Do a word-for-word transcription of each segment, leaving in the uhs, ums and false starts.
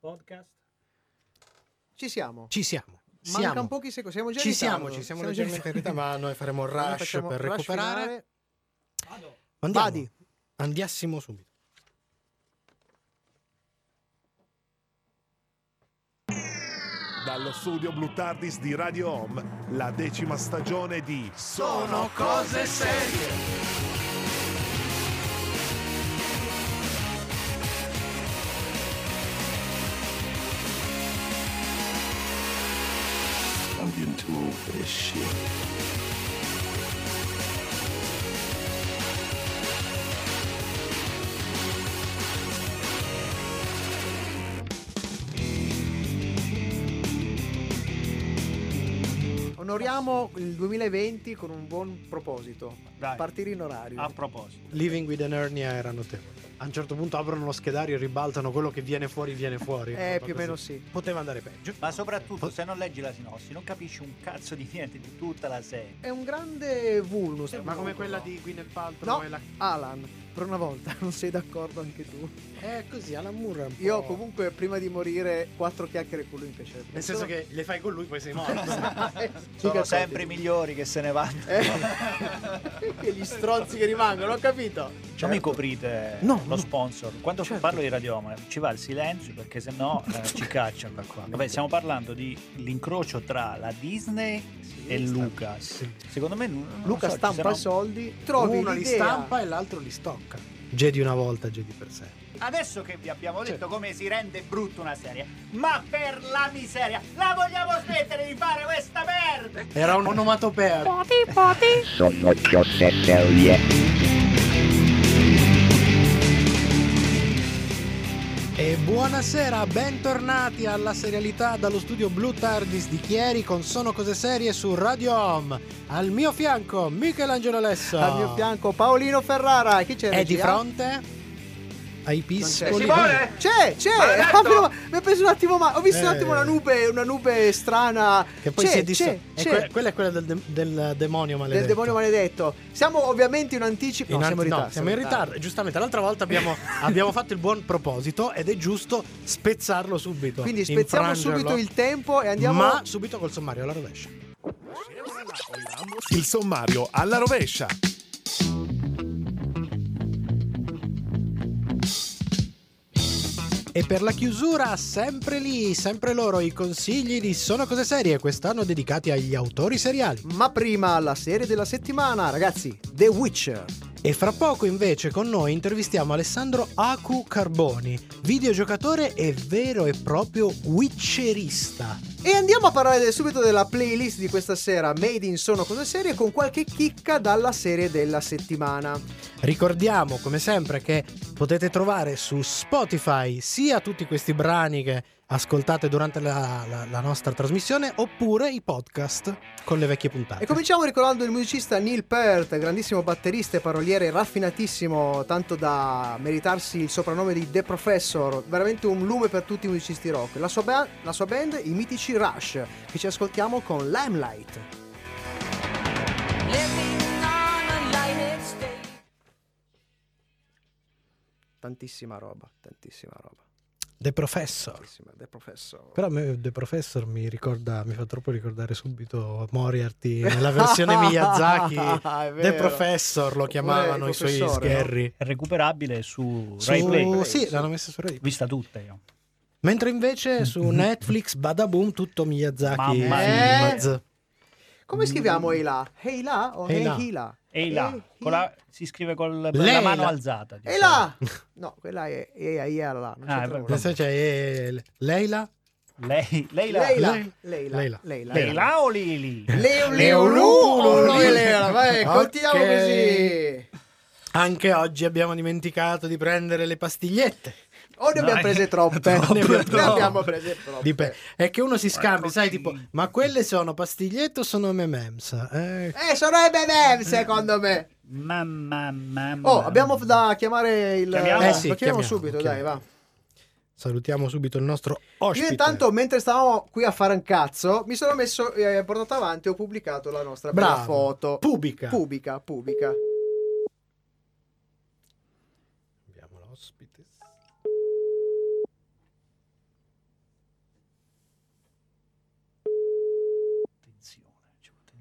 podcast. Ci siamo. Ci siamo. Mancano siamo. pochi secondi. Siamo già Ci in siamo, ritardo. ci siamo, già leggermente in ritardo, ma noi faremo un Allora rush facciamo per rush recuperare. finale. Andiamo. Vadi. Andiamo subito. Dallo studio Blue Tardis di Radio Home, la decima stagione di Sono cose serie. I'm getting too old for this shit. Onoriamo il duemilaventi con un buon proposito. Dai. Partire in orario. A proposito. Living with an hernia era notevole. A un certo punto aprono lo schedario e ribaltano quello che viene fuori, viene fuori. Eh, Roba più o così. meno sì. Poteva andare peggio. Ma soprattutto se non leggi la sinossi non capisci un cazzo di niente di tutta la serie. È un grande vulnus. Ma come quella di Gwyneth Paltrow? No, e la... Alan, per una volta non sei d'accordo anche tu. È così, Alan Moore è un po'... Io comunque prima di morire quattro chiacchiere con lui mi piacerebbe. Nel senso che le fai con lui poi sei morto. Sono sempre i migliori che se ne vanno. Eh, e gli stronzi che rimangono, ho capito. Non mi coprite No, lo no. sponsor. Quando Certo. parlo di Radio Home ci va il silenzio perché sennò eh, ci cacciano da qua. Vabbè, stiamo parlando di l'incrocio tra la Disney e Lucas. Secondo me non Luca so, ci stampa sarà- i soldi, trovi Uno li l'idea. stampa e l'altro li stocca. Jedi una volta, Jedi per sé. Adesso che vi abbiamo detto Certo. come si rende brutta una serie, ma per la miseria, la vogliamo smettere di fare questa merda? Era un onomatopea. Sono cose serie. E buonasera, bentornati alla serialità dallo studio Blue Tardis di Chieri con Sono Cose Serie su Radio Home. Al mio fianco Michelangelo Lessa. Al mio fianco Paolino Ferrara. Chi c'è? E di regia? fronte ai pispoli. Simone? C'è, c'è. Maledetto! Ah, però mi ha preso un attimo, ma ho visto un Eh. attimo una nube, una nube strana. Che poi c'è, si è disso- c'è, e c'è. que- quella è quella del, de- del demonio maledetto. Del demonio maledetto. Siamo ovviamente in anticipo. In No, siamo in anti- ritardo. no, siamo in ritardo. Giustamente, l'altra volta abbiamo, abbiamo fatto il buon proposito ed è giusto spezzarlo subito. Quindi spezziamo infrangerlo, subito il tempo e andiamo. Ma subito col sommario alla rovescia. Il sommario alla rovescia. E per la chiusura, sempre lì, sempre loro, i consigli di Sono Cose Serie, quest'anno dedicati agli autori seriali. Ma prima la serie della settimana, ragazzi, The Witcher. E fra poco invece con noi intervistiamo Alessandro Aku Carboni, videogiocatore e vero e proprio witcherista. E andiamo a parlare subito della playlist di questa sera, Made in Sono Cose Serie, con qualche chicca dalla serie della settimana. Ricordiamo come sempre che potete trovare su Spotify sia tutti questi brani che ascoltate durante la, la, la nostra trasmissione oppure i podcast con le vecchie puntate. E cominciamo ricordando il musicista Neil Peart, grandissimo batterista e paroliere raffinatissimo, tanto da meritarsi il soprannome di The Professor, veramente un lume per tutti i musicisti rock. La sua, ba- la sua band, i mitici Rush, che ci ascoltiamo con Limelight. Tantissima roba, tantissima roba. The Professor. Tantissima, The Professor. Però a me The Professor mi ricorda, mi fa troppo ricordare subito Moriarty nella versione Miyazaki. È The vero. Professor lo chiamavano Oppure i suoi professore, sgherri. È recuperabile su Su- Rai Play. sì, l'hanno messa su Rai. Vista tutte io. Mentre invece su Netflix, badaboom, tutto Miyazaki. Mamma mia. Filmaz. Come scriviamo Eila? Heila o Heila. Heila? E là, Hey, con la- si scrive con la Leila. mano alzata. diciamo. Eila! No, quella è Eila. Non Ah, c'entra è nulla. Adesso c'è eh, Leila. Lei, lei la... Leila. Lei- Leila. Leila. Leila. Lei là o Lili? Leo Leolupo. Noi Leila, vai, Ok. continuiamo così. Anche oggi abbiamo dimenticato di prendere le pastigliette. O ne abbiamo Dai. prese troppe. Troppe, Ne abbiamo troppe. prese troppe. Dipende. È che uno si scambia, sai, sì. tipo, ma quelle sono pastigliette o sono M and M's? Eh, Eh, sono M and M secondo me. Mamma, mamma. Oh, abbiamo da chiamare il... Chiamiamo? Eh Eh sì, sì, lo chiamiamo chiamiamo, subito, chiamiamo. dai, va. salutiamo subito il nostro ospite. Io intanto, mentre stavamo qui a fare un cazzo, mi sono messo, eh, portato avanti e ho pubblicato la nostra bella Bravo. foto. Pubica. Pubica, pubica. Abbiamo l'ospite.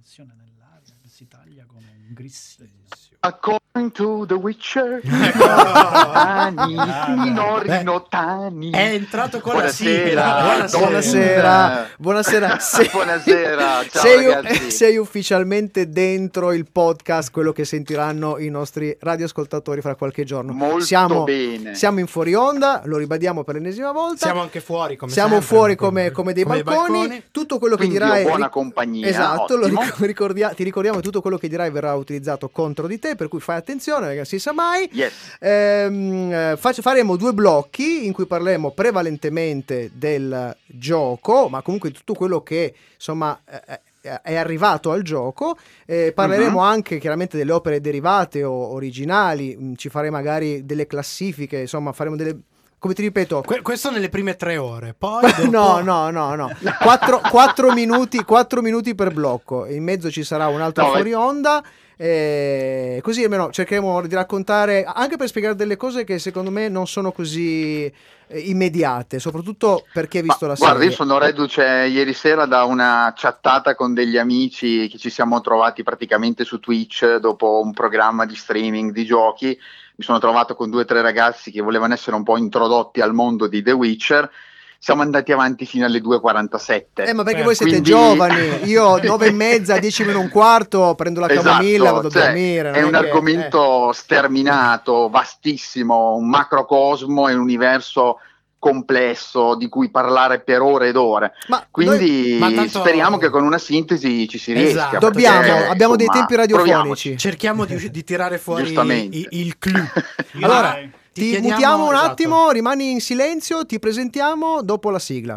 tensione nell'aria, si taglia come un grissino. According to The Witcher, Tani, Minorino Tani. È entrato con Buonasera, la sigla. Buonasera, buonasera. Se- Buonasera, ciao sei, ragazzi. sei ufficialmente dentro il podcast, quello che sentiranno i nostri radioascoltatori fra qualche giorno. Molto siamo, bene. Siamo in fuori onda, lo ribadiamo per l'ennesima volta. Siamo anche fuori come Siamo sempre, fuori come- come, come dei come i balconi. balconi. Tutto quello che Quindi dirai ho buona compagnia, Esatto, lo ottimo. ric- ricordia- ti ricordiamo che tutto quello che dirai verrà utilizzato contro di te, per cui fai attenzione, perché non si sa mai. Yes. Ehm, eh, fac- faremo due blocchi in cui parleremo prevalentemente del gioco, ma comunque di tutto quello che insomma eh, eh, è arrivato al gioco. Eh, parleremo Mhm. anche chiaramente delle opere derivate o originali, mm, ci faremo magari delle classifiche, insomma faremo delle, come ti ripeto, Que- questo nelle prime tre ore. Poi dopo... no, no, no, no. Quattro, quattro minuti, quattro minuti per blocco. In mezzo ci sarà un altro No, fuori eh. onda. E così almeno cercheremo di raccontare, anche per spiegare delle cose che secondo me non sono così eh, immediate, soprattutto perché hai visto Ma, la serie. guarda, io sono reduce ieri sera da una chattata con degli amici che ci siamo trovati praticamente su Twitch dopo un programma di streaming di giochi. Mi sono trovato con due o tre ragazzi che volevano essere un po' introdotti al mondo di The Witcher. Siamo andati avanti fino alle due e quarantasette. Eh, ma perché Eh, voi siete quindi- giovani, io nove e mezza, dieci meno un quarto, prendo la camomilla, Esatto, vado a cioè, dormire. non è un che- argomento sterminato, vastissimo, un macrocosmo e un universo complesso di cui parlare per ore ed ore. eh. Ma Quindi Ma tanto- speriamo che con una sintesi ci si riesca. Esatto. dobbiamo, perché, abbiamo dei insomma, tempi radiofonici. proviamoci. Cerchiamo di, di tirare fuori Giustamente. i- il clou. Allora, Dai. ti chiediamo- mutiamo un esatto. attimo, rimani in silenzio, ti presentiamo dopo la sigla.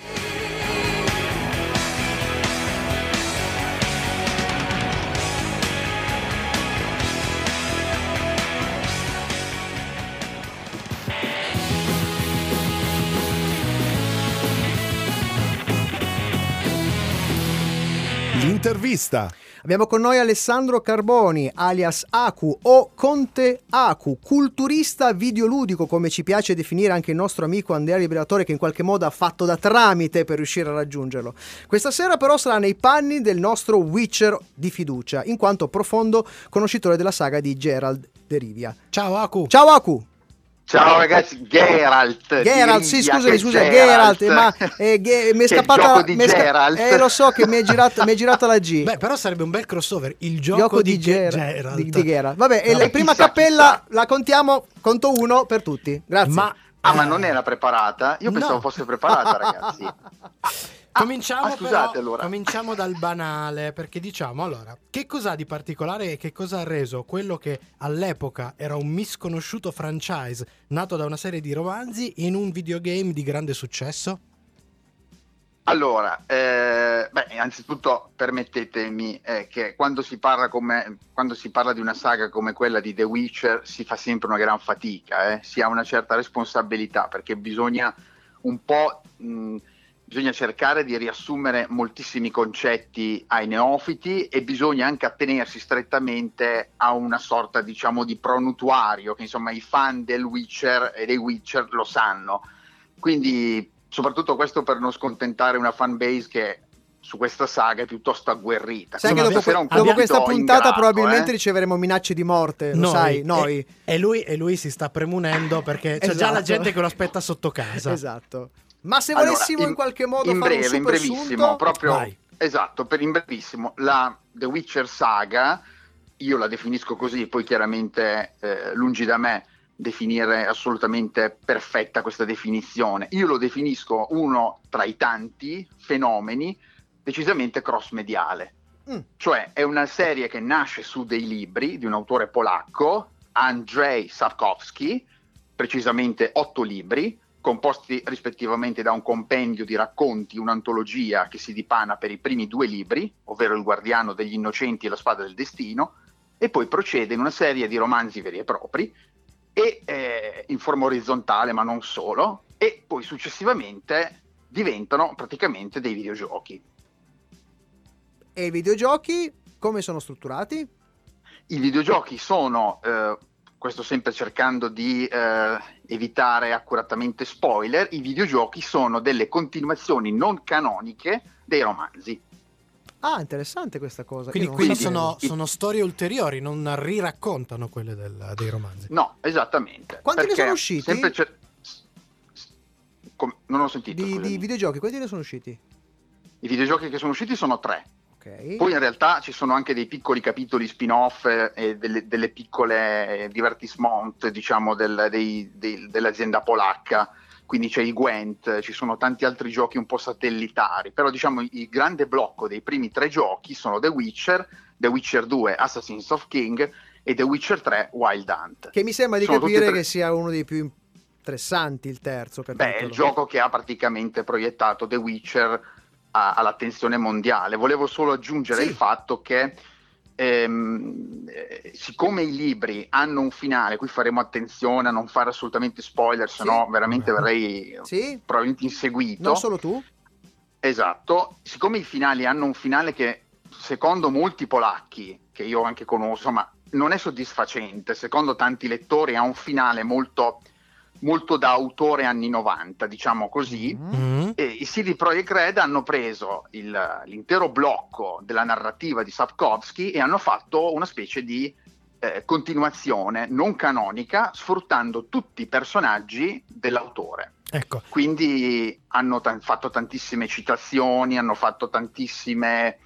L'intervista. Abbiamo con noi Alessandro Carboni, alias Aku o Conte Aku, culturista videoludico, come ci piace definire anche il nostro amico Andrea Liberatore, che in qualche modo ha fatto da tramite per riuscire a raggiungerlo. Questa sera però sarà nei panni del nostro Witcher di fiducia, in quanto profondo conoscitore della saga di Geralt de Rivia. Ciao Aku. Ciao Aku! Ciao ragazzi, Geralt. Geralt, di sì, Rivia, scusami, che scusa, Geralt, Geralt. ma eh, ge- mi è Che il scappata gioco di mi è sca- Geralt. eh, lo so che mi è girata, mi è girata la G. Beh, però sarebbe un bel crossover. Il gioco, Gioco di, di, Ger- Geralt. di, di Geralt. Vabbè, e No. la prima Chissà, cappella chissà. la contiamo, conto uno per tutti. Grazie. Ma, Ah, ma eh, non era preparata? Io pensavo No. fosse preparata, ragazzi. Cominciamo, ah, scusate, però, allora. cominciamo dal banale, perché diciamo, allora, che cos'ha di particolare e che cosa ha reso quello che all'epoca era un misconosciuto franchise nato da una serie di romanzi in un videogame di grande successo? Allora, eh, beh, innanzitutto permettetemi eh, che quando si parla come, quando si parla di una saga come quella di The Witcher si fa sempre una gran fatica, eh? Si ha una certa responsabilità, perché bisogna un po' mh, bisogna cercare di riassumere moltissimi concetti ai neofiti e bisogna anche attenersi strettamente a una sorta, diciamo, di pronutuario, che insomma i fan del Witcher e dei Witcher lo sanno. Quindi soprattutto questo per non scontentare una fan base che su questa saga è piuttosto agguerrita. sai che insomma, dopo, Questo era un dopo compito questa puntata ingrato, probabilmente eh. riceveremo minacce di morte, lo Noi, sai, e- noi. E, lui, e lui si sta premunendo perché c'è già la Esatto. gente che lo aspetta sotto casa. Esatto. Ma se Allora, volessimo in, qualche modo in fare breve, un in super brevissimo, sunto, proprio Vai. esatto, per in brevissimo, la The Witcher saga, io la definisco così, poi chiaramente eh, lungi da me definire assolutamente perfetta questa definizione. Io lo definisco uno tra i tanti fenomeni decisamente cross-mediale. Mm. Cioè è una serie che nasce su dei libri di un autore polacco, Andrzej Sapkowski, precisamente otto libri, composti rispettivamente da un compendio di racconti, un'antologia che si dipana per i primi due libri, ovvero Il Guardiano degli Innocenti e La Spada del Destino, e poi procede in una serie di romanzi veri e propri, e eh, in forma orizzontale, ma non solo, e poi successivamente diventano praticamente dei videogiochi. e i videogiochi come sono strutturati? I videogiochi sono, eh, questo sempre cercando di eh, evitare accuratamente spoiler, i videogiochi sono delle continuazioni non canoniche dei romanzi. Ah, interessante questa cosa. Quindi, Io non quindi sapevo. sono, sono storie ulteriori, non riraccontano quelle del- dei romanzi. No, esattamente. Quanti ne Perché sono usciti? sempre c'è- Com- non ho sentito. Di, scusami. di videogiochi, quanti ne sono usciti? I videogiochi che sono usciti sono tre. Ok. Poi in realtà ci sono anche dei piccoli capitoli spin-off eh, e delle, delle piccole eh, divertissement, diciamo, del- dei- dei- dell'azienda polacca. Quindi c'è il Gwent, ci sono tanti altri giochi un po' satellitari, però diciamo il grande blocco dei primi tre giochi sono The Witcher, The Witcher due, Assassins of King e The Witcher tre, Wild Hunt. Che mi sembra di Sono tutti e capire tre- che sia uno dei più interessanti, il terzo capitolo. Beh, è il gioco che ha praticamente proiettato The Witcher a- all'attenzione mondiale. Volevo solo aggiungere Sì. il fatto che ehm, eh, siccome i libri hanno un finale, qui faremo attenzione a non fare assolutamente spoiler, se no Sì. veramente verrei Sì? probabilmente inseguito. Non solo tu? Esatto, siccome i finali hanno un finale che secondo molti polacchi, che io anche conosco, insomma, non è soddisfacente, secondo tanti lettori ha un finale molto, molto da autore anni novanta, diciamo così, Mm. e i C D Projekt Red hanno preso il- l'intero blocco della narrativa di Sapkowski e hanno fatto una specie di eh, continuazione non canonica, sfruttando tutti i personaggi dell'autore. Ecco, Quindi hanno tan- fatto tantissime citazioni, hanno fatto tantissime eh,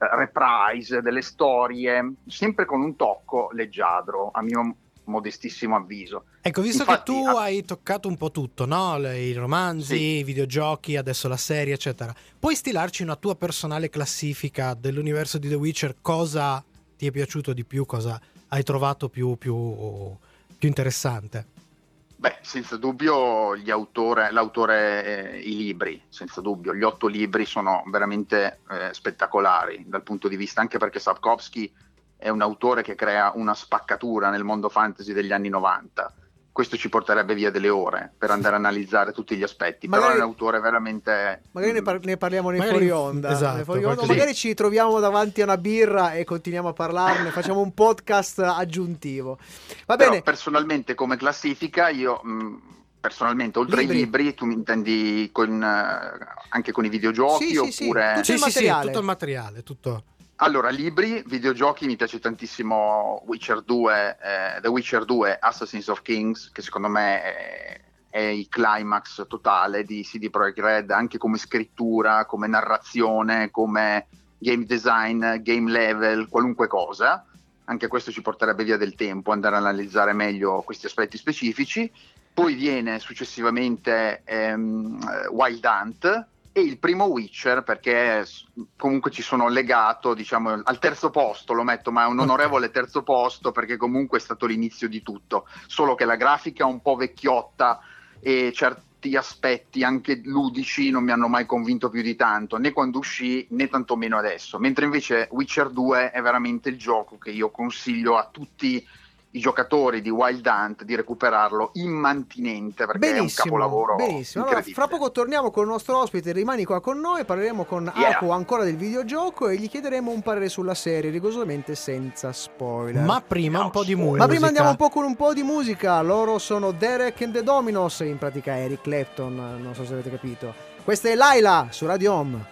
reprise delle storie, sempre con un tocco leggiadro, a mio modestissimo avviso. ecco, visto Infatti, che tu a- hai toccato un po' tutto, no? Le- I romanzi, Sì. i videogiochi, adesso la serie, eccetera. Puoi stilarci una tua personale classifica dell'universo di The Witcher? Cosa ti è piaciuto di più? Cosa hai trovato più, più, più interessante? Beh, senza dubbio gli autore, l'autore, eh, i libri, senza dubbio, gli otto libri sono veramente eh, spettacolari dal punto di vista, anche perché Sapkowski è un autore che crea una spaccatura nel mondo fantasy degli anni novanta. Questo ci porterebbe via delle ore per andare a analizzare tutti gli aspetti, Magari- però è un autore veramente... Magari ne, par- ne parliamo nei Magari- fuori onda. esatto, nei fuori onda. qualche- Magari ci troviamo davanti a una birra e continuiamo a parlarne, facciamo un podcast aggiuntivo. Va Però bene, personalmente come classifica io mh, personalmente oltre Libri. ai libri tu mi intendi con, eh, anche con i videogiochi Sì, sì, sì, oppure... tutto Sì, il sì, sì, materiale. tutto il materiale, tutto. Allora, libri, videogiochi, mi piace tantissimo Witcher due, eh, The Witcher due, Assassins of Kings, che secondo me è, è il climax totale di C D Projekt Red, anche come scrittura, come narrazione, come game design, game level, qualunque cosa. Anche questo ci porterebbe via del tempo, andare a analizzare meglio questi aspetti specifici. Poi viene successivamente ehm, Wild Hunt, e il primo Witcher, perché s- comunque ci sono legato, diciamo, al terzo posto, lo metto, ma è un onorevole terzo posto perché comunque è stato l'inizio di tutto, solo che la grafica è un po' vecchiotta e certi aspetti anche ludici non mi hanno mai convinto più di tanto, né quando uscì né tantomeno adesso, mentre invece Witcher due è veramente il gioco che io consiglio a tutti i giocatori di Wild Hunt di recuperarlo immantinente, perché è un benissimo, capolavoro benissimo. Allora, incredibile. fra poco torniamo con il nostro ospite, rimani qua con noi, parleremo con Yeah. Aku ancora del videogioco e gli chiederemo un parere sulla serie, rigorosamente senza spoiler. Ma prima un po' di Ma musica. Ma prima andiamo un po' con un po' di musica. Loro sono Derek and the Dominos, in pratica Eric Clapton, non so se avete capito. Questa è Laila su Radio Home.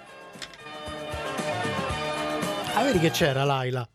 Ah, vedi che c'era Laila.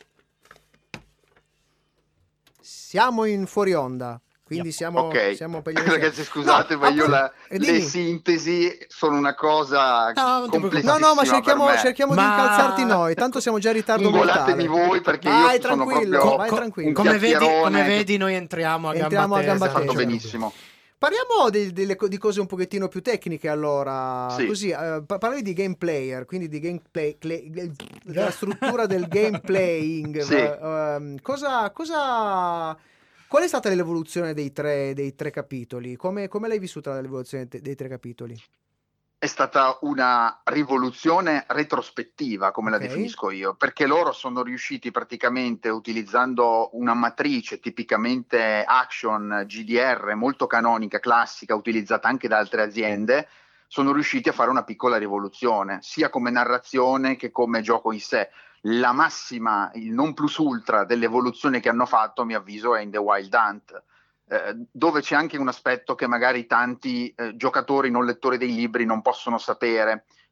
Siamo in fuori onda, quindi Yep. siamo, Ok, siamo per gli ragazzi scusate, No, ma io appunto, la- e le dimmi. sintesi sono una cosa No, non ti complessissima. No, no, ma per cerchiamo, me. cerchiamo di Ma- incalzarti noi, tanto siamo già in ritardo Ingolatemi mortale. voi, perché vai io sono tranquillo, proprio vai Co- tranquillo. un Come vedi, chiacchierone come che- vedi, noi entriamo a Entriamo gamba a gamba tesa. Fatto tesa. benissimo. Parliamo di, delle co- di cose un pochettino più tecniche allora, Sì. così, eh, pa- parlavi di game player, quindi di gameplay, cle- della struttura del gameplaying. Sì. Ehm, cosa, cosa, qual è stata l'evoluzione dei tre, dei tre capitoli? Come, come l'hai vissuta l'evoluzione te- dei tre capitoli? È stata una rivoluzione retrospettiva, come Ok. la definisco io, perché loro sono riusciti praticamente, utilizzando una matrice tipicamente action G D R molto canonica, classica, utilizzata anche da altre aziende, sono riusciti a fare una piccola rivoluzione, sia come narrazione che come gioco in sé. La massima, il non plus ultra dell'evoluzione che hanno fatto, a mio avviso, è in The Wild Hunt, eh, dove c'è anche un aspetto che magari tanti eh, giocatori non lettori dei libri non possono sapere.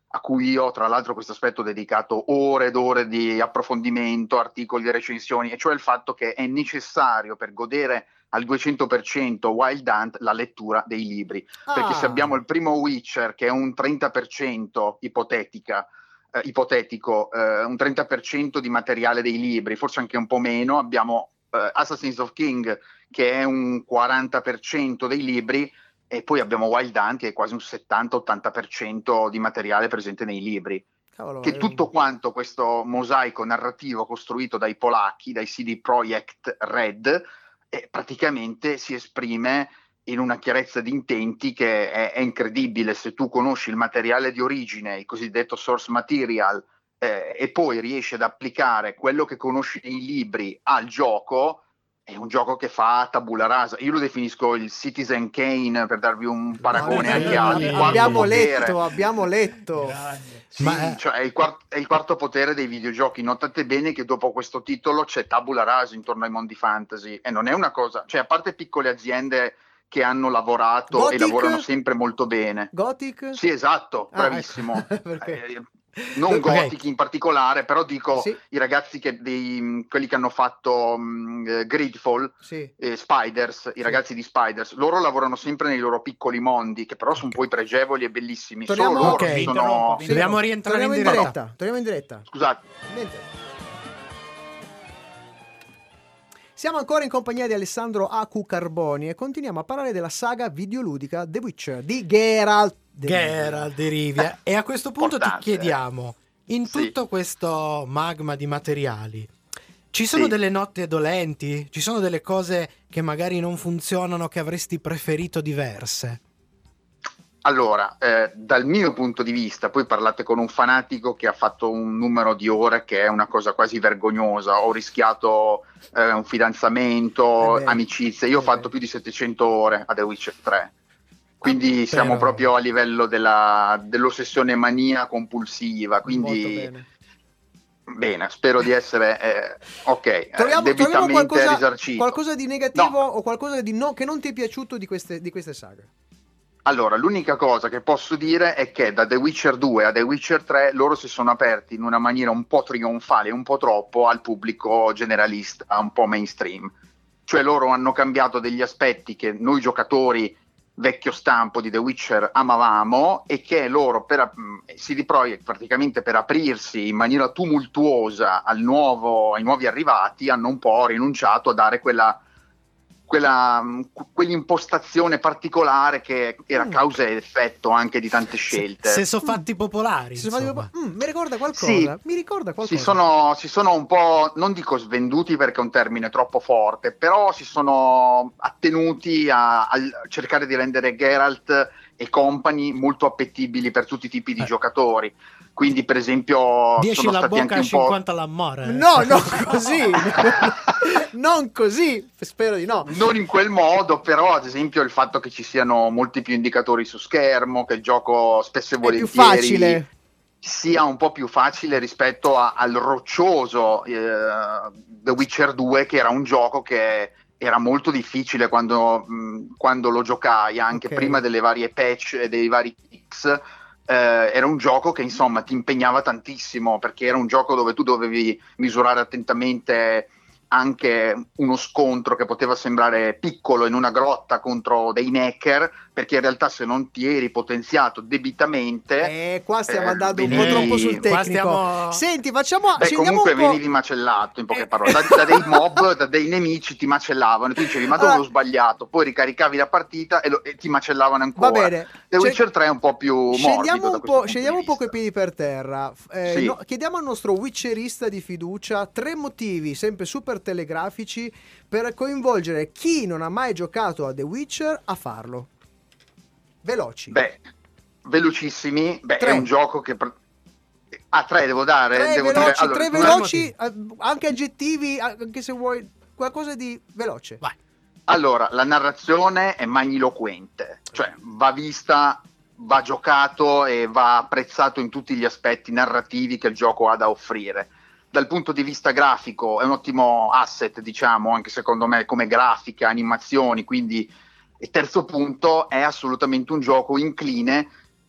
a cui io tra l'altro questo aspetto ho dedicato ore ed ore di approfondimento, articoli, recensioni, e cioè il fatto che è necessario per godere al duecento per cento Wild Hunt la lettura dei libri, ah. perché se abbiamo il primo Witcher che è un trenta per cento ipotetica, eh, ipotetico, eh, un trenta per cento di materiale dei libri, forse anche un po' meno, abbiamo eh, Assassins of King che è un quaranta per cento dei libri, e poi abbiamo Wild Hunt che è quasi un settanta ottanta per cento di materiale presente nei libri. Cavolo, che tutto quanto questo mosaico narrativo costruito dai polacchi, dai C D Projekt Red, eh, praticamente si esprime in una chiarezza di intenti che è, è incredibile. Se tu conosci il materiale di origine, il cosiddetto source material, eh, e poi riesci ad applicare quello che conosci nei libri al gioco, è un gioco che fa tabula rasa. Io lo definisco il Citizen Kane, per darvi un paragone anche altri. Abbiamo letto, abbiamo letto. Sì, Ma... cioè è, il quarto, è il quarto potere dei videogiochi. Notate bene che dopo questo titolo c'è tabula rasa intorno ai mondi fantasy, e non è una cosa, cioè a parte piccole aziende che hanno lavorato Gothic? E lavorano sempre molto bene. Gothic? Sì, esatto, bravissimo. Ah, ecco. eh, non okay. Gothic in particolare, però dico sì. i ragazzi che dei, quelli che hanno fatto um, Gridfall, sì. eh, Spiders, i ragazzi sì. di Spiders, loro lavorano sempre nei loro piccoli mondi, che però sono okay. poi pregevoli e bellissimi. Torniamo, Solo loro okay. sono... Sì. Dobbiamo rientrare Torniamo in in diretta. diretta. Torniamo in diretta. Scusate. Niente. Siamo ancora in compagnia di Alessandro A Q Carboni e continuiamo a parlare della saga videoludica The Witcher di Geralt Geralt di Rivia. E a questo punto Importante. ti chiediamo, in sì. tutto questo magma di materiali, ci sono sì. delle note dolenti? Ci sono delle cose che magari non funzionano, che avresti preferito diverse? Allora, eh, dal mio punto di vista, poi parlate con un fanatico che ha fatto un numero di ore che è una cosa quasi vergognosa. Ho rischiato eh, un fidanzamento, eh beh, amicizie. Io eh ho fatto beh. più di settecento ore a The Witcher tre. Quindi ah, siamo però... proprio a livello della, dell'ossessione mania compulsiva. Quindi bene. bene, spero di essere eh, ok, troviamo, eh, debitamente troviamo qualcosa, risarcito. Qualcosa di negativo no. o qualcosa di no, che non ti è piaciuto di queste, di queste saghe? Allora, l'unica cosa che posso dire è che da The Witcher due a The Witcher tre loro si sono aperti in una maniera un po' trionfale, un po' troppo al pubblico generalista, un po' mainstream. Cioè loro hanno cambiato degli aspetti che noi giocatori vecchio stampo di The Witcher amavamo, e che loro, per C D Projekt praticamente per aprirsi in maniera tumultuosa al nuovo, ai nuovi arrivati, hanno un po' rinunciato a dare quella... Quella, quell'impostazione particolare che era mm. causa ed effetto anche di tante scelte. Se, se sono fatti popolari, se fatti popolari. Mm, mi ricorda qualcosa. Sì, mi ricorda qualcosa. Si sono, si sono un po', non dico svenduti perché è un termine troppo forte, però si sono attenuti a, a cercare di rendere Geralt e compagni molto appetibili per tutti i tipi di eh. giocatori. Quindi, per esempio, dieci sono la stati bocca, anche un cinquanta po'... l'amore. No, non così. Non così, spero di no. Non in quel modo, però, ad esempio, il fatto che ci siano molti più indicatori su schermo, che il gioco spesso e volentieri... È più facile. Sia un po' più facile rispetto a, al roccioso eh, The Witcher due, che era un gioco che era molto difficile quando, mh, quando lo giocai, anche okay. prima delle varie patch e dei vari fix. Eh, era un gioco che insomma ti impegnava tantissimo, perché era un gioco dove tu dovevi misurare attentamente anche uno scontro che poteva sembrare piccolo in una grotta contro dei necker, perché in realtà se non ti eri potenziato debitamente eh, qua stiamo eh, andando venivi... un po' troppo sul tecnico. Stiamo... Senti, facciamo Beh, comunque un po'... venivi macellato, in poche parole, da, da dei mob, da dei nemici ti macellavano, e tu dicevi ma dove allora... ho sbagliato, poi ricaricavi la partita e, lo, e ti macellavano ancora. Va bene. The Witcher tre è un po' più scendiamo morbido un po', scendiamo un po' coi piedi per terra. Eh, sì. no, chiediamo al nostro Witcherista di fiducia tre motivi sempre super telegrafici per coinvolgere chi non ha mai giocato a The Witcher a farlo. Veloci. Beh, velocissimi. Beh, tre. È un gioco che... A tre devo dare? Tre devo veloci, dire... allora, tre veloci anche aggettivi, anche se vuoi qualcosa di veloce. Vai. Allora, la narrazione è magniloquente, cioè va vista, va giocato e va apprezzato in tutti gli aspetti narrativi che il gioco ha da offrire. Dal punto di vista grafico è un ottimo asset, diciamo, anche secondo me, come grafica, animazioni, quindi... E terzo punto, è assolutamente un gioco incline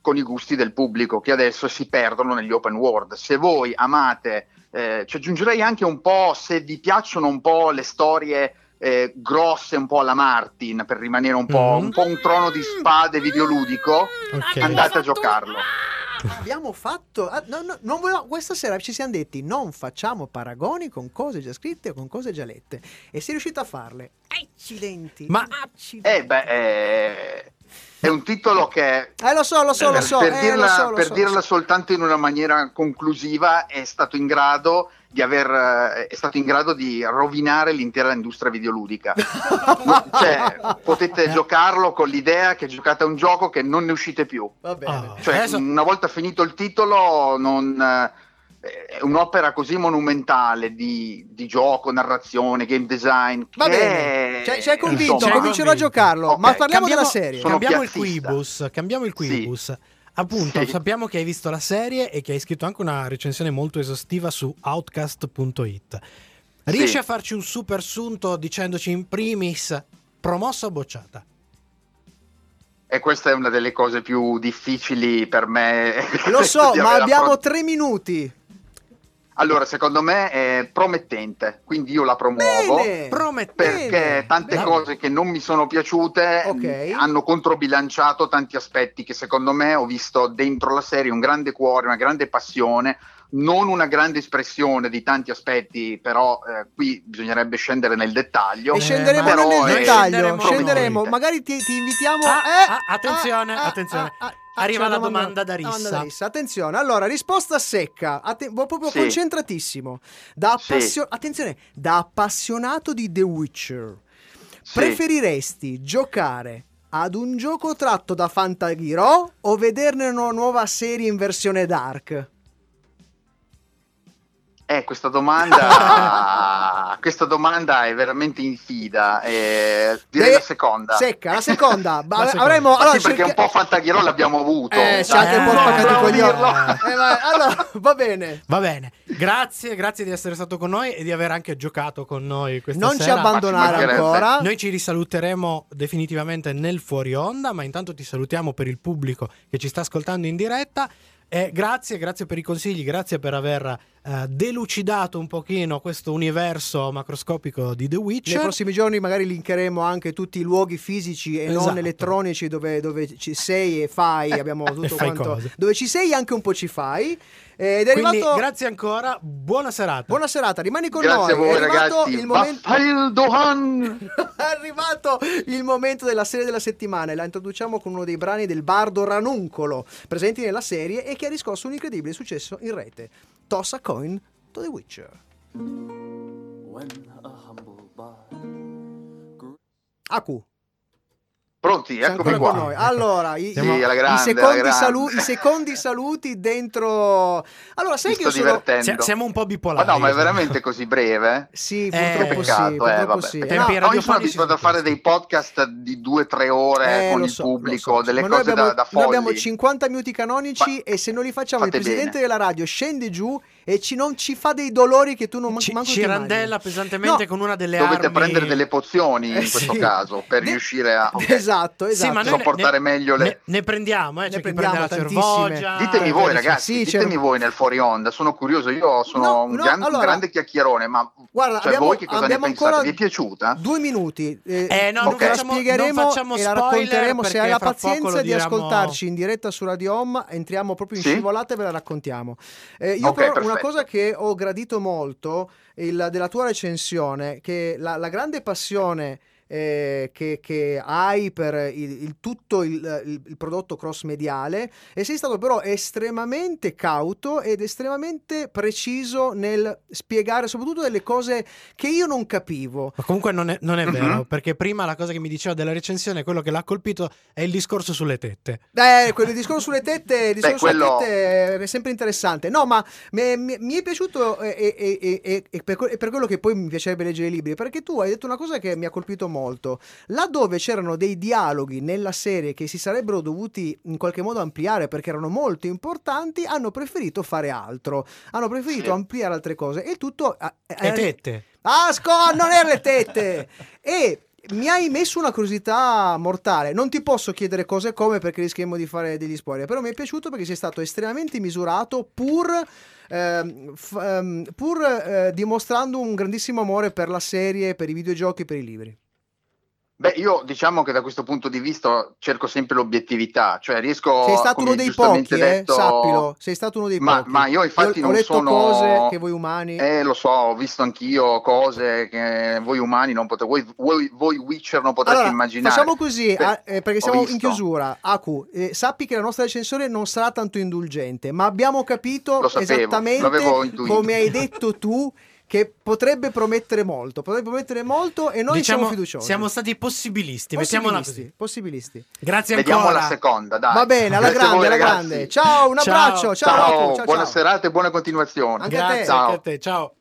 con i gusti del pubblico che adesso si perdono negli open world. Se voi amate, eh, ci aggiungerei anche un po', se vi piacciono un po' le storie eh, grosse, un po' alla Martin, per rimanere un po', Mm. un po' un trono di spade videoludico, Ok. andate a giocarlo. Abbiamo fatto. ah, no, no, non volevo- questa sera ci siamo detti: non facciamo paragoni con cose già scritte o con cose già lette. E sei riuscito a farle. Accidenti. Ma- accidenti. Eh beh, eh, è un titolo che Eh, lo so, lo so, lo per, so. per eh, dirla, lo so, lo per so, lo dirla so. soltanto in una maniera conclusiva, è stato in grado di aver eh, è stato in grado di rovinare l'intera industria videoludica. Cioè, potete giocarlo con l'idea che giocate a un gioco che non ne uscite più. Va bene. Oh, Cioè, adesso- una volta finito il titolo, non, eh, è un'opera così monumentale di, di gioco, narrazione, game design. Va che bene. è- Ci hai- ci hai convinto, insomma, comincerò a convinto. giocarlo. Ok, Ma parliamo cambiamo- della serie. Sono Cambiamo il piazzista. quibus, cambiamo il Sì. quibus. Appunto, Sì. sappiamo che hai visto la serie e che hai scritto anche una recensione molto esaustiva su outcast punto it. Riesci Sì. a farci un super sunto dicendoci in primis promossa o bocciata? E questa è una delle cose più difficili per me. Lo so, di ma aver abbiamo affront- tre minuti. Allora, secondo me è promettente, quindi io la promuovo. Bene. Promettente. Perché tante Bene. cose che non mi sono piaciute Ok. mh, hanno controbilanciato tanti aspetti che secondo me ho visto dentro la serie un grande cuore, una grande passione, non una grande espressione di tanti aspetti, però eh, qui bisognerebbe scendere nel dettaglio. E scenderemo ma nel però, eh, dettaglio. scenderemo Scenderemo. noi. Magari ti, ti invitiamo. Ah, eh, ah, attenzione, ah, ah, attenzione. ah, ah, Arriva c'è la domanda da domanda Rissa. da Rissa. Attenzione. Allora, risposta secca. Atten- proprio Sì. concentratissimo. Da Sì. appassio- Attenzione, da appassionato di The Witcher, Sì. preferiresti giocare ad un gioco tratto da Fantaghiro o vederne una nuova serie in versione dark? Eh, questa domanda, questa domanda è veramente infida. Eh, direi Eh, la seconda. Secca, la seconda. Ba- La seconda. Avremo, Ma allora, sì, perché cerca- un po' Fantaghiro l'abbiamo avuto. Eh, c'è anche un po' Eh, spaccato i volevo coglioni. dirlo. Eh, ma- allora, va bene. Va bene, grazie, grazie di essere stato con noi e di aver anche giocato con noi questa Non ci sera. abbandonare Ma ci mancherebbe. ancora. Noi ci risaluteremo definitivamente nel fuori onda, ma intanto ti salutiamo per il pubblico che ci sta ascoltando in diretta. E grazie, grazie per i consigli, grazie per aver eh, delucidato un pochino questo universo macroscopico di The Nei Witcher. prossimi giorni magari linkeremo anche tutti i luoghi fisici e non Esatto. elettronici dove, dove ci sei e fai, abbiamo tutto E fai quanto. cose. Dove ci sei anche un po' ci fai. Ed è Quindi arrivato. grazie ancora, buona serata. Buona serata, rimani con Grazie a noi. voi, è arrivato ragazzi. il momento. Vaffail Dohan! È arrivato il momento della serie della settimana e la introduciamo con uno dei brani del bardo Ranuncolo presenti nella serie e che ha riscosso un incredibile successo in rete. Toss a coin to The Witcher. Aku, Pronti? sei Eccomi ancora qua. con noi. Allora, i, Siamo- i- Sì, alla i grande, secondi alla grande. salu- i secondi saluti dentro. Allora, sai Mi che io sto sono. divertendo. Si- siamo un po' Ma bipolari. no, ma è veramente così breve? Sì, Eh, purtroppo sì, Peccato, eh, purtroppo vabbè. sì. Tempi No, era- No, io sono radiofonici abituato a sono fare dei podcast di due o tre ore Eh, con lo il so, pubblico, lo so, delle ma noi cose abbiamo, da, da noi folli. abbiamo cinquanta minuti canonici Ma e se non li facciamo il fate presidente bene. della radio scende giù e ci, non ci fa dei dolori che tu non man- Ci, manco ci ti immagini. randella pesantemente No, con una delle Dovete armi. prendere delle pozioni Eh, in questo sì. caso per De- riuscire a ok. Esatto, esatto. Sì, ma noi ne- sopportare ne, meglio le- ne, ne prendiamo, eh, Ne c'è chi prendiamo prende la tantissime. cervogia. Ditemi e voi via ragazzi, Sì, ditemi c'era- voi nel fuori onda, sono curioso, io sono No, un, no, gran- un allora- grande chiacchierone, ma Guarda, cioè, abbiamo, voi che cosa ne abbiamo pensate? ancora Vi è piaciuta? due minuti. Eh, Eh, no, non te la facciamo- spiegheremo non facciamo e la spoiler racconteremo. Se perché hai la fra poco pazienza lo di diremo- ascoltarci in diretta su Radio Home, entriamo proprio in Sì? scivolata e ve la raccontiamo. Eh, io Ok, però una perfetto. cosa che ho gradito molto il- della tua recensione, che la, la grande passione eh, che, che hai per il, il tutto il, il- il prodotto cross mediale e sei stato però estremamente cauto ed estremamente preciso nel spiegare soprattutto delle cose che io non capivo. Ma comunque non è, non è Mhm. vero, perché prima la cosa che mi diceva della recensione, quello che l'ha colpito è il discorso sulle tette. Eh, quel discorso sulle tette, il discorso Beh, quello- sulle tette è sempre interessante. No, ma mi, mi- mi è piaciuto e, e- e- e- e per, que- e per quello che poi mi piacerebbe leggere i libri, perché tu hai detto una cosa che mi ha colpito molto. Laddove c'erano dei dialoghi nella serie che si sarebbero dovuti in qualche modo ampliare perché erano molto importanti, hanno preferito fare altro. Hanno preferito Sì. ampliare altre cose. E il tutto... eh, Le eh, tette. Ah, sco- non erano le tette! E Mi hai messo una curiosità mortale. Non ti posso chiedere cose come, perché rischiamo di fare degli spoiler. Però mi è piaciuto perché sei stato estremamente misurato, pur, ehm, f- ehm, pur eh, dimostrando un grandissimo amore per la serie, per i videogiochi, per i libri. Beh, io diciamo che da questo punto di vista cerco sempre l'obiettività, cioè riesco. Sei stato come uno dei giustamente pochi, eh, detto, sappilo. Sei stato uno dei ma, pochi. ma io infatti Io non ho letto sono. cose che voi umani. Eh, lo so, ho visto anch'io cose che voi umani non potete, voi, voi, voi Witcher non potreste Allora, immaginare. facciamo così, Beh, ah, eh, perché ho siamo visto. in chiusura. Aku, eh, sappi che la nostra recensione non sarà tanto indulgente, ma abbiamo capito Lo sapevo, esattamente l'avevo intuito. come hai detto tu, che potrebbe promettere molto, potrebbe promettere molto e noi Diciamo, siamo fiduciosi. siamo stati possibilisti, mettiamola possibilisti, così. possibilisti. Grazie Vediamo ancora. la seconda, dai. Va bene, alla Grazie a grande, voi, alla ragazzi. grande. Ciao, un Ciao. abbraccio, ciao, Ciao, Aku, ciao, buona ciao. serata e buona continuazione. Anche a te. Grazie Ciao. anche a te, ciao.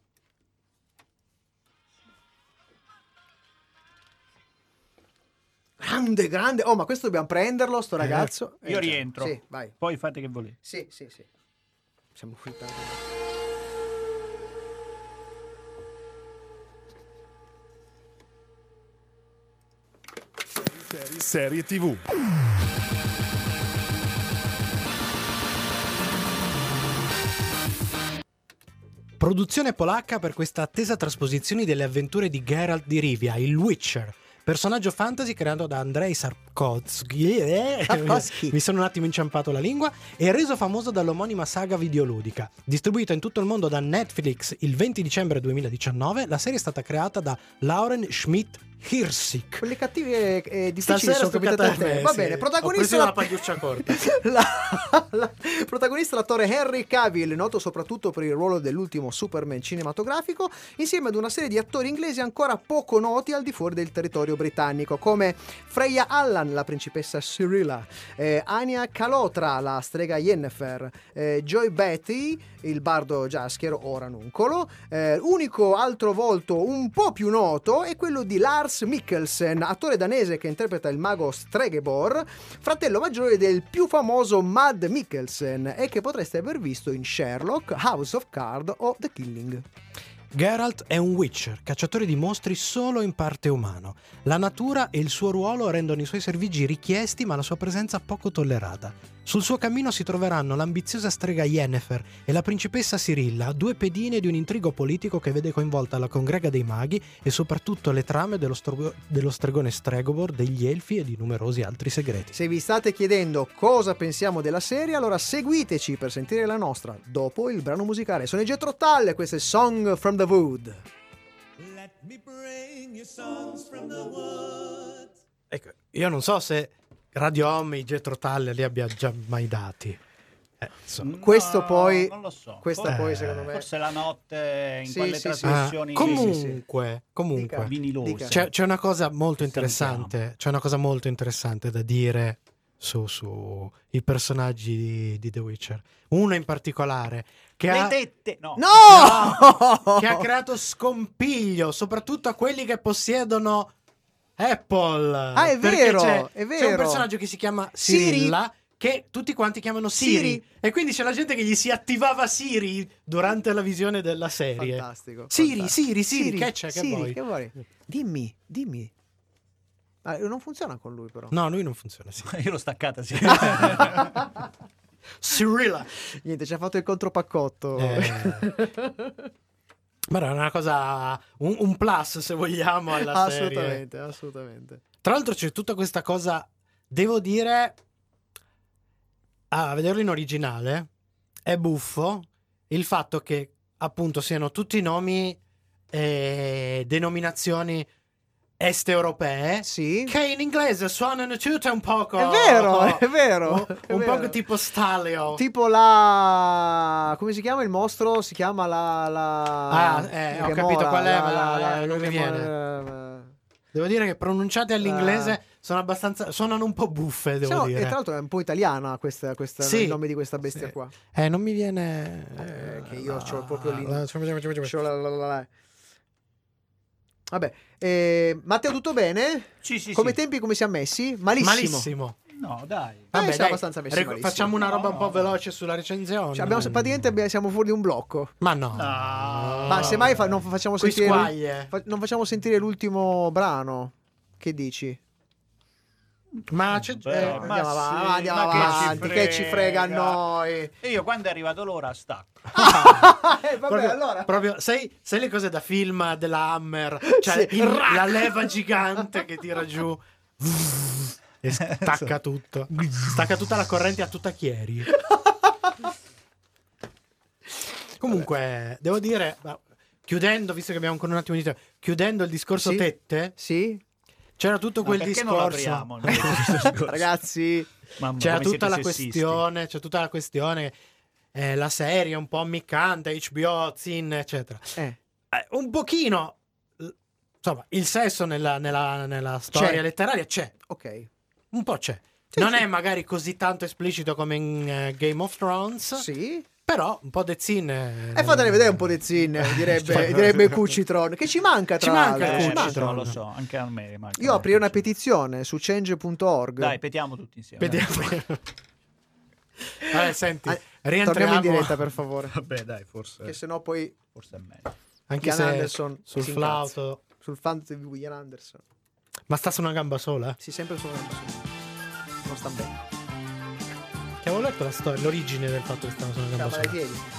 Grande, grande. Oh, ma questo dobbiamo prenderlo, sto ragazzo. Io Eh, rientro. Sì, vai. Poi fate che volete. Sì, sì, sì. Siamo flippati. Serie tivù. Produzione polacca per questa attesa trasposizione delle avventure di Geralt di Rivia, il Witcher, personaggio fantasy creato da Andrzej Sapkowski, eh, Sapkowski. mi sono un attimo inciampato la lingua, e reso famoso dall'omonima saga videoludica. Distribuita in tutto il mondo da Netflix il venti dicembre duemiladiciannove, la serie è stata creata da Lauren Schmidt Hirsig. Quelle cattive e difficili Stasera sono sto capitate a te. cattive, Va sì. bene, Ho protagonista preso la... una pagliuccia corta. la, la, protagonista l'attore Henry Cavill, noto soprattutto per il ruolo dell'ultimo Superman cinematografico, insieme ad una serie di attori inglesi ancora poco noti al di fuori del territorio britannico, come Freya Allan, la principessa Cyrilla, eh, Anya Calotra, la strega Yennefer, eh, Joy Betty, il bardo Jaskier o Ranuncolo. Eh, unico altro volto un po' più noto è quello di Lars Mikkelsen, attore danese che interpreta il mago Stregobor, fratello maggiore del più famoso Mad Mikkelsen e che potreste aver visto in Sherlock, House of Cards o The Killing. Geralt è un Witcher, cacciatore di mostri solo in parte umano. La natura e il suo ruolo rendono i suoi servigi richiesti, ma la sua presenza poco tollerata. Sul suo cammino si troveranno l'ambiziosa strega Yennefer e la principessa Cyrilla, due pedine di un intrigo politico che vede coinvolta la congrega dei maghi e soprattutto le trame dello, stro- dello stregone Stregobor, degli elfi e di numerosi altri segreti. Se vi state chiedendo cosa pensiamo della serie, allora seguiteci per sentire la nostra dopo il brano musicale. Sono i Jethro Tull e questo è Song from the Wood. Let me bring you songs from the woods. Ecco, io non so se Radio Home i Jethro Tull li abbia già mai dati. Eh, insomma. Questo No, poi non lo so. questa Forse- poi secondo me Forse la notte in Sì, quelle sì, sì. Ah, trasmissioni comunque, comunque Dica. vinilose. Dica. c'è, c'è una cosa molto Sentiamo. interessante, c'è una cosa molto interessante da dire su, su i personaggi di, di The Witcher. Uno in particolare che Le ha, tette, no. No! che ha creato scompiglio, soprattutto a quelli che possiedono Apple. Ah, è Perché vero, c'è, è c'è un vero. personaggio che si chiama Siri. Cyrilla, che tutti quanti chiamano Siri. Siri. E quindi c'è la gente che gli si attivava Siri durante la visione della serie. Fantastico. Siri, fantastico. Siri, Siri, che c'è, che Siri, vuoi? che vuoi? Dimmi, dimmi. Ah, non funziona con lui però. No, lui non funziona, sì. Io l'ho staccata, sì. Cyrilla. Niente, ci ha fatto il contropaccotto. Eh. Ma era una cosa, un, un plus se vogliamo alla serie. assolutamente, assolutamente. Tra l'altro c'è tutta questa cosa, devo dire, a vederlo in originale, è buffo il fatto che appunto siano tutti nomi e denominazioni est europee, Sì. che in inglese suonano tutte un poco... È vero, è vero. Un, è un vero. po' tipo Stalio. Tipo la... come si chiama il mostro? Si chiama la... la... Ah, eh, ho che capito mora, qual è, la- ma la- la- la- non mi che viene. mora- Devo dire che pronunciate all'inglese Ah. sono abbastanza, suonano un po' buffe, devo Siamo- dire. E tra l'altro è un po' italiana questa, questa, Sì. il nome di questa bestia Sì. qua. Eh, non mi viene... Eh, che io c'ho proprio lì. la- C'ho la- la- la- la- Vabbè, eh, Matteo, tutto bene? Sì, sì, Come sì. tempi come siamo messi? Malissimo. Malissimo. No, dai. Eh, Vabbè, siamo dai, abbastanza messi rec- malissimo. facciamo una roba No, un po' no. veloce sulla recensione. Cioè, abbiamo, praticamente abbiamo- siamo fuori di un blocco. Ma no. No. Ma semmai fa- non facciamo Qui sentire squaglie. fa- non facciamo sentire l'ultimo brano. Che dici? Ma c'è, Beh, eh, ma andiamo sì, avanti, andiamo ma che avanti, ci che ci frega a frega? noi. E io quando è arrivato l'ora stacco. Eh, vabbè, proprio, allora. proprio sai, sai le cose da film della Hammer, cioè Sì. il- la leva gigante che tira giù e stacca tutto, stacca tutta la corrente a tutta Chieri. Comunque devo dire, ma, chiudendo, visto che abbiamo ancora un attimo di tempo, chiudendo il discorso Sì. tette, Sì? c'era tutto Ma quel perché non discorso. l'apriamo il discorso? Ragazzi, Mamma, C'era come tutta siete la sessisti. questione, c'è tutta la questione, eh, la serie un po' ammiccante, H B O, Zin, eccetera. eh, Eh, un pochino, eh, insomma, il sesso nella, nella- nella storia C'è. letteraria c'è, ok. un po' c'è. Sì, non sì. è magari così tanto esplicito come in eh, Game of Thrones, Sì. però un po' de Zin. E fatene vedere un po' di zin, direbbe, Cioè, direbbe Cucitron. Che ci manca, tra Ci manca l'altro. Eh, Ci ci manca. sono, lo so, anche a me manca. Io aprirei una petizione su change punto org. Dai, petiamo tutti insieme. Vediamo. Vabbè, senti, Ah, rientriamo torniamo in diretta, per favore. Vabbè, dai, forse, Che sennò poi forse è meglio. anche Ian se Anderson sul si flauto. sul fan di Ian Anderson. Ma sta su una gamba sola? Si sempre su una non sta bene. Che avevo letto la storia, l'origine del fatto che stavano su una gamba Stava ai sola. piedi.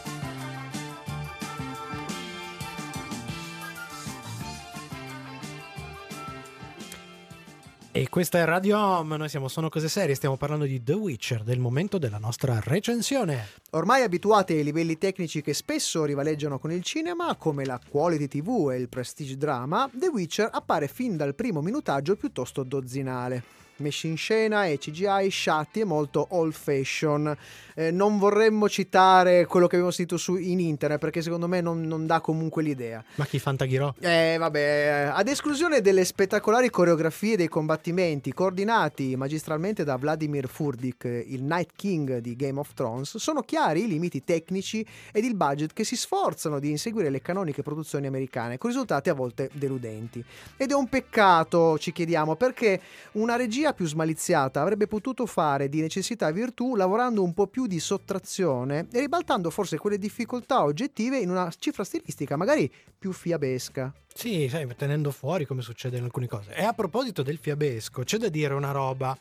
E questa è Radio Home, noi siamo Sono Cose Serie, stiamo parlando di The Witcher, del momento della nostra recensione. Ormai abituati ai livelli tecnici che spesso rivaleggiano con il cinema, come la quality tivù e il prestige drama, The Witcher appare fin dal primo minutaggio piuttosto dozzinale. Messi in scena e C G I sciatti e molto old fashion. Eh, non vorremmo citare quello che abbiamo sentito su in internet, perché secondo me non, non dà comunque l'idea. Ma chi fantaghirò? Eh, vabbè, ad esclusione delle spettacolari coreografie dei combattimenti coordinati magistralmente da Vladimir Furdik, il Night King di Game of Thrones, sono chiari i limiti tecnici ed il budget che si sforzano di inseguire le canoniche produzioni americane, con risultati a volte deludenti. Ed è un peccato, ci chiediamo, perché una regia più smaliziata avrebbe potuto fare di necessità virtù, lavorando un po' più di sottrazione e ribaltando forse quelle difficoltà oggettive in una cifra stilistica magari più fiabesca. Sì, sai, tenendo fuori come succede in alcune cose. E a proposito del fiabesco, c'è da dire una roba.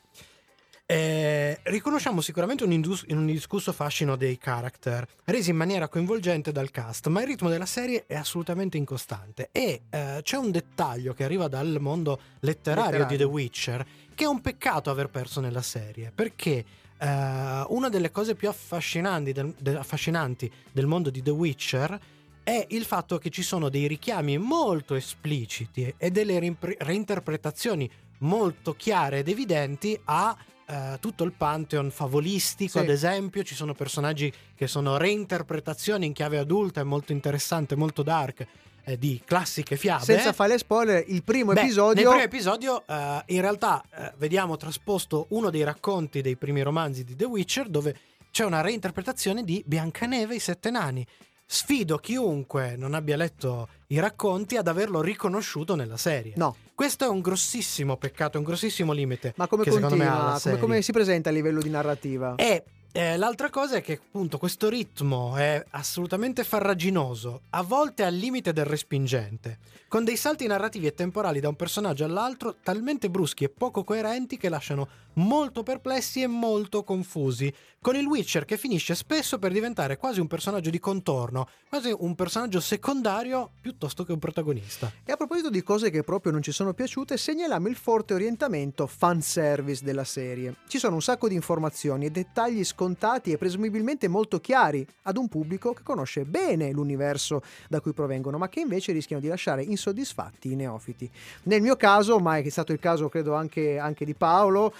Eh, riconosciamo sicuramente un, indus- un indiscusso fascino dei character, resi in maniera coinvolgente dal cast, ma il ritmo della serie è assolutamente incostante. E eh, c'è un dettaglio che arriva dal mondo letterario, Letterario. di The Witcher, che è un peccato aver perso nella serie, perché eh, una delle cose più affascinanti del, de- affascinanti del mondo di The Witcher è il fatto che ci sono dei richiami molto espliciti e delle reimpre- reinterpretazioni molto chiare ed evidenti a eh, tutto il pantheon favolistico. Sì. Ad esempio ci sono personaggi che sono reinterpretazioni in chiave adulta e molto interessante, molto dark, eh, di classiche fiabe. Senza fare spoiler, il primo Beh, episodio... nel primo episodio eh, in realtà eh, vediamo trasposto uno dei racconti dei primi romanzi di The Witcher, dove c'è una reinterpretazione di Biancaneve e i Sette Nani. Sfido chiunque non abbia letto i racconti ad averlo riconosciuto nella serie. No, Questo è un grossissimo peccato, un grossissimo limite. ma come che secondo me ha la continua, come, serie. come si presenta a livello di narrativa? E eh, l'altra cosa è che appunto questo ritmo è assolutamente farraginoso, a volte al limite del respingente, con dei salti narrativi e temporali da un personaggio all'altro talmente bruschi e poco coerenti che lasciano molto perplessi e molto confusi, con il Witcher che finisce spesso per diventare quasi un personaggio di contorno, quasi un personaggio secondario piuttosto che un protagonista. E a proposito di cose che proprio non ci sono piaciute, segnaliamo il forte orientamento fanservice della serie. Ci sono un sacco di informazioni e dettagli scontati e presumibilmente molto chiari ad un pubblico che conosce bene l'universo da cui provengono, ma che invece rischiano di lasciare insoddisfatti i neofiti. Nel mio caso, ma è stato il caso credo anche, anche di Paolo,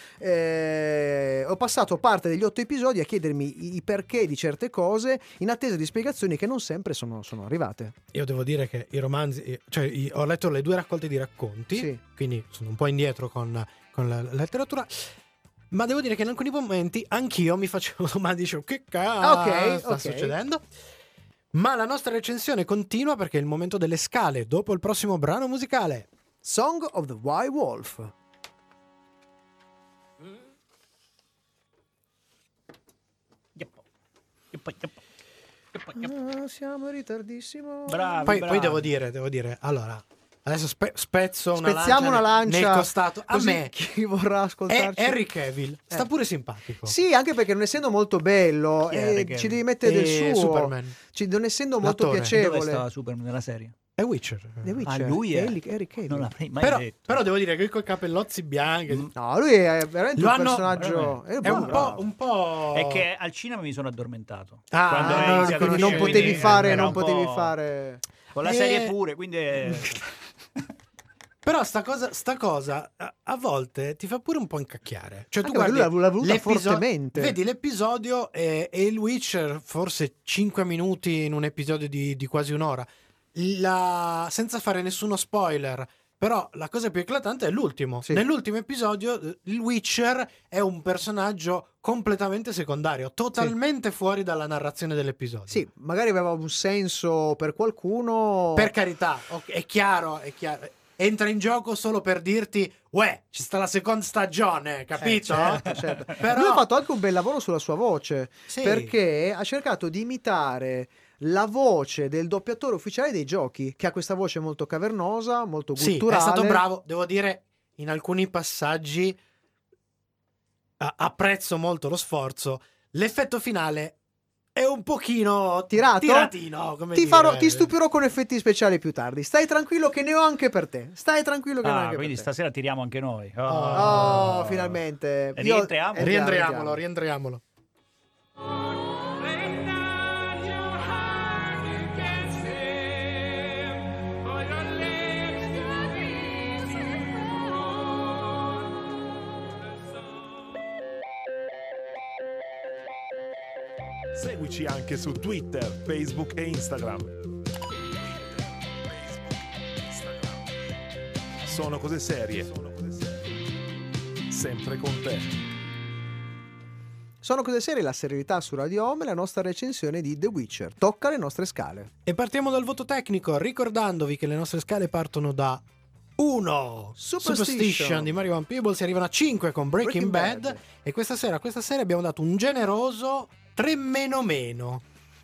eh, ho passato parte degli otto episodi a chiedermi i, i perché di certe cose in attesa di spiegazioni che non sempre sono, sono arrivate. Io devo dire che i romanzi, cioè i- ho letto le due raccolte di racconti, Sì. quindi sono un po' indietro con, con la, la letteratura, ma devo dire che in alcuni momenti anch'io mi facevo domande, dicevo che cazzo Ah, ok, sta ok. succedendo? Ma la nostra recensione continua perché è il momento delle scale, dopo il prossimo brano musicale. Song of the White Wolf. Yeppo. Yeppo, yeppo. Yeppo, yeppo. Ah, siamo in ritardissimo. Bravi, Poi, bravi. poi devo dire, devo dire, allora, Adesso spe- spezzo una Spezziamo lancia, una lancia nel costato. A così me chi vorrà è ascoltarci. Henry Cavill, sta Eh. pure simpatico. Sì, anche perché non essendo molto bello, Chi è eh, Henry Cavill? ci devi mettere del E suo. Superman. Ci- non essendo molto L'attore. Dove piacevole. stava Superman nella serie? È Witcher. The Witcher, Ah, lui è? Henry- Henry Cavill. Non l'avrei mai Però, detto. però devo dire che con i capellozzi bianchi Mm. No, lui è veramente Lo un hanno- personaggio. è un bravo. po', un po'... È che al cinema mi sono addormentato. Ah, Quando ah, è non iniziato lo a Quindi non uscire, potevi quindi fare, era non un po' potevi fare. Con la Eh. serie pure, quindi è... Però sta cosa, sta cosa a, a volte ti fa pure un po' incacchiare. Cioè tu Anche perché guardi lui l'ha- l'ha voluta l'episo- fortemente. Vedi l'episodio e, e il Witcher forse cinque minuti in un episodio di, di quasi un'ora. La- senza fare nessuno spoiler. Però la cosa più eclatante è l'ultimo. Sì. Nell'ultimo episodio eh, il Witcher è un personaggio completamente secondario, totalmente fuori dalla narrazione dell'episodio. Sì, magari aveva un senso per qualcuno. Per carità, ok, è chiaro, è chiaro. Entra in gioco solo per dirti, uè, ci sta la seconda stagione, capito? Eh, certo, certo. Però- Lui ha fatto anche un bel lavoro sulla sua voce, Sì. perché ha cercato di imitare la voce del doppiatore ufficiale dei giochi, che ha questa voce molto cavernosa, molto Sì, gutturale. è stato bravo, devo dire, in alcuni passaggi a- apprezzo molto lo sforzo. L'effetto finale è un pochino Tirato? tiratino, come Ti, dire. farò, ti stupirò con effetti speciali più tardi. Stai tranquillo che ne ho anche per te. Stai tranquillo che ne ho Ah, anche quindi per te. stasera tiriamo anche noi. Oh, Oh, finalmente. E Io- rientriamo? eh, Rientriamolo, rientriamolo. Seguici anche su Twitter, Facebook e Instagram. Sono cose serie. Sempre con te. Sono cose serie, la serialità su Radio Home e la nostra recensione di The Witcher. Tocca le nostre scale. E partiamo dal voto tecnico, ricordandovi che le nostre scale partono da uno Superstition di Mario Van Peebles, si arrivano a cinque con Breaking, Breaking Bad, Bad. e questa sera, questa sera abbiamo dato un generoso tre meno meno.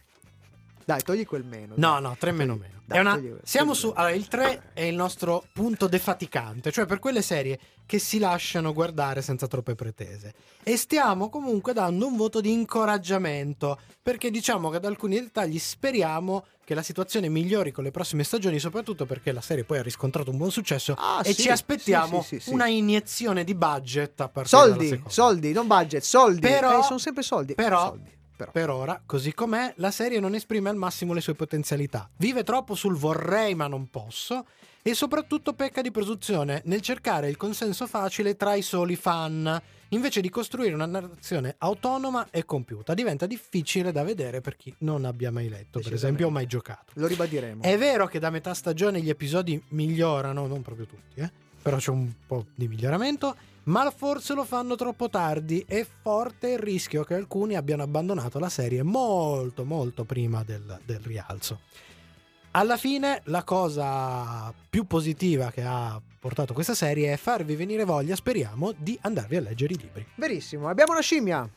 Dai, togli quel meno. No, dai. no, tre meno meno. Dai, È una- togli quel- Siamo togli su. quel- Allora, il tre è il nostro punto defaticante, cioè per quelle serie che si lasciano guardare senza troppe pretese. E stiamo comunque dando un voto di incoraggiamento, perché diciamo che ad alcuni dettagli speriamo che la situazione migliori con le prossime stagioni, soprattutto perché la serie poi ha riscontrato un buon successo Ah, e sì, ci aspettiamo sì, sì, sì, sì. una iniezione di budget a partire dalla Soldi, seconda. soldi, non budget, soldi. Però- Eh, sono sempre soldi. però- soldi. Però. Per ora, così com'è, la serie non esprime al massimo le sue potenzialità. Vive troppo sul vorrei ma non posso e soprattutto pecca di presunzione nel cercare il consenso facile tra i soli fan, invece di costruire una narrazione autonoma e compiuta. Diventa difficile da vedere per chi non abbia mai letto, per esempio, o mai giocato. Lo ribadiremo. È vero che da metà stagione gli episodi migliorano, non proprio tutti, eh? Però c'è un po' di miglioramento, ma forse lo fanno troppo tardi. È forte il rischio che alcuni abbiano abbandonato la serie molto molto prima del, del rialzo. Alla fine la cosa più positiva che ha portato questa serie è farvi venire voglia, speriamo, di andarvi a leggere i libri. Verissimo. Abbiamo una scimmia.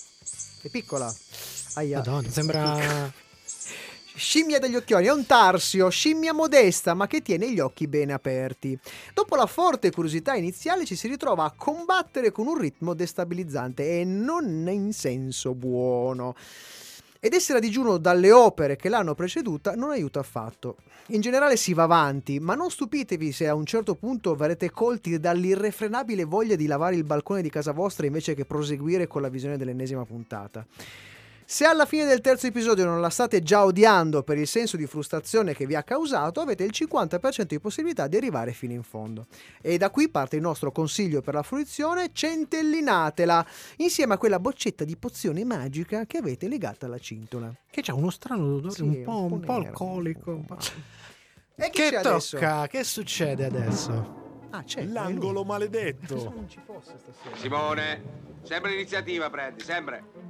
È piccola. Aia. Madonna, sembra... Scimmia degli occhioni, è un tarsio, scimmia modesta ma che tiene gli occhi bene aperti. Dopo la forte curiosità iniziale ci si ritrova a combattere con un ritmo destabilizzante e non in senso buono. Ed essere a digiuno dalle opere che l'hanno preceduta non aiuta affatto. In generale si va avanti, ma non stupitevi se a un certo punto verrete colti dall'irrefrenabile voglia di lavare il balcone di casa vostra invece che proseguire con la visione dell'ennesima puntata. Se alla fine del terzo episodio non la state già odiando per il senso di frustrazione che vi ha causato, avete il cinquanta per cento di possibilità di arrivare fino in fondo. E da qui parte il nostro consiglio per la fruizione: centellinatela insieme a quella boccetta di pozione magica che avete legata alla cintola. che c'ha uno strano odore, Sì, un po', un po' nero, alcolico. un un po'. po'. E chi Che c'è adesso? tocca? Che succede adesso? Ah, c'è L'angolo è lui. maledetto. Non ci fosse stasera. Simone, sempre l'iniziativa prendi, sempre.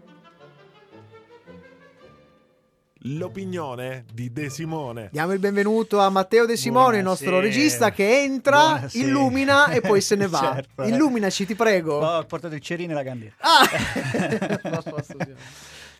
L'opinione di De Simone. Diamo il benvenuto a Matteo De Simone, il nostro Buonasera. regista che entra, Buonasera. illumina e poi se ne va. Certo, eh. Illuminaci, ti prego. Oh, ho portato il cerino e la candela. Ah!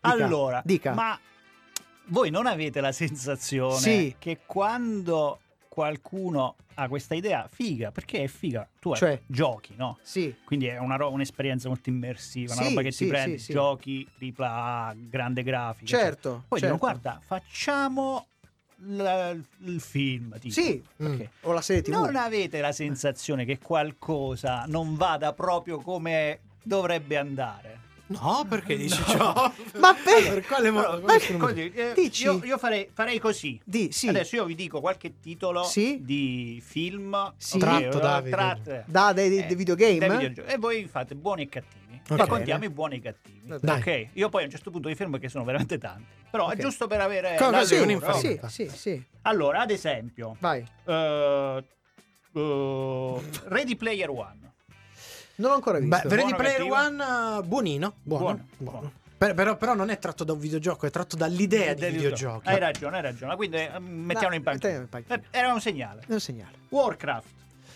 Allora, dica. ma voi non avete la sensazione Sì. che quando qualcuno ha questa idea figa, perché è figa, tu Cioè? giochi, no? Sì. Quindi è una ro- un'esperienza molto immersiva, una Sì, roba che sì, ti prendi, sì, sì. giochi, tripla A, grande grafica. Certo, cioè. Poi certo. dicono, guarda, facciamo l- il film, tipo. Sì, Perché o la serie tivù. non avete la sensazione che qualcosa non vada proprio come dovrebbe andare? No, perché dici ciò? Ma per, Per quale modo? Ma così, eh, Dici? io, io farei, farei così. Di, sì. Adesso io vi dico qualche titolo Sì? di film Sì. Tratto da tratto- Da dei, dei- eh, dei videogame? dai videogiochi. E voi fate buoni e cattivi. Ok. Raccontiamo i buoni e i cattivi. Dai. Ok, io poi a un certo punto i film, perché sono veramente tanti. Però Ok. è giusto per avere Come la così, loro, un'infarinatura. Sì, sì, sì. Allora, ad esempio, Vai. eh, eh, Ready Player One. Non l'ho ancora visto. Beh, Ready Buono, Player cattivo? One, uh, buonino. Buono. Buono, buono. buono. Per- però, però non è tratto da un videogioco, è tratto dall'idea di Del videogiochi. Hai ragione, hai ragione. Quindi eh, mettiamolo in panchina. mettiamo in panchina. Eh, Era un segnale. È un segnale. Warcraft.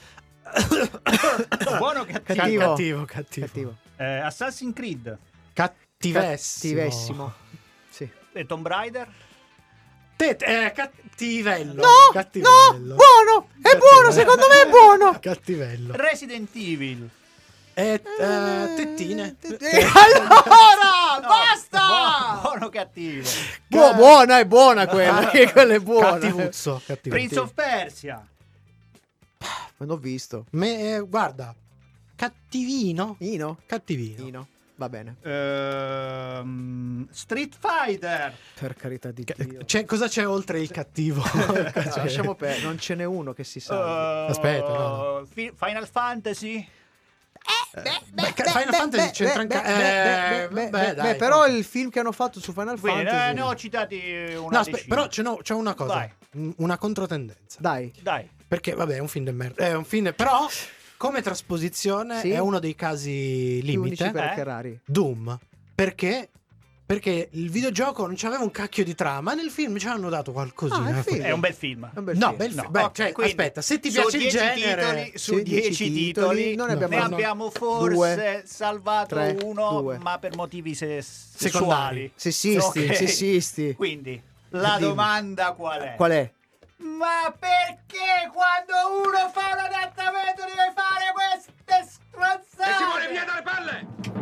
Buono o cattivo? Cattivo. Cattivo, cattivo. Cattivo. Eh, Assassin's Creed. Cattivessimo. Cattivessimo. Sì. E Tomb Raider. Te, eh, cattivello. No, cattivello. no, buono. È buono, secondo me è buono. Cattivello. Resident Evil. E eh, tettine. E allora, No, basta. Buono, buono o cattivo. Bu- buona, è buona quella. Che quella è buona. Cattivuzzo. cattivo. Prince of Persia. Non ho visto. Me- eh, guarda, cattivino. Ino? Cattivino. Ino. Va bene. Ehm, Street Fighter. Per carità di Dio. C'è, cosa c'è oltre il cattivo? No, Cioè, lasciamo perdere, non ce n'è uno che si sa. Eh, Aspetta, no. Fi- Final Fantasy. beh, ca- Final Fantasy c'entra in ca- eh, vabbè, dai, però ok. il film che hanno fatto su Final Quindi, Fantasy. eh, ne ho citati una No, aspetta, decina. però c'è, no- c'è una cosa, Vai. un- una controtendenza. Dai. Dai. Perché, vabbè, è un film del merda. È un film, però, come trasposizione, Sì? è uno dei casi Più unici limite. per Eh? Ferrari. Doom. Perché? Perché il videogioco non c'aveva un cacchio di trama, nel film ci hanno dato qualcosina. Ah, è figo. È un bel film. È un bel No, film. bel No, film. Beh, ok, cioè, quindi aspetta, se ti su piace il dieci genere, titoli, su Sì, dieci dieci titoli, titoli, non ne abbiamo- ne no. abbiamo forse Due, salvato tre, uno, due. ma per motivi se- Secondari. sessuali. Sessisti, Ok. sessisti. Quindi la Dimmi. domanda qual è? Qual è? Ma perché quando uno fa un adattamento deve fare queste stronzate? E si vuole via dalle palle!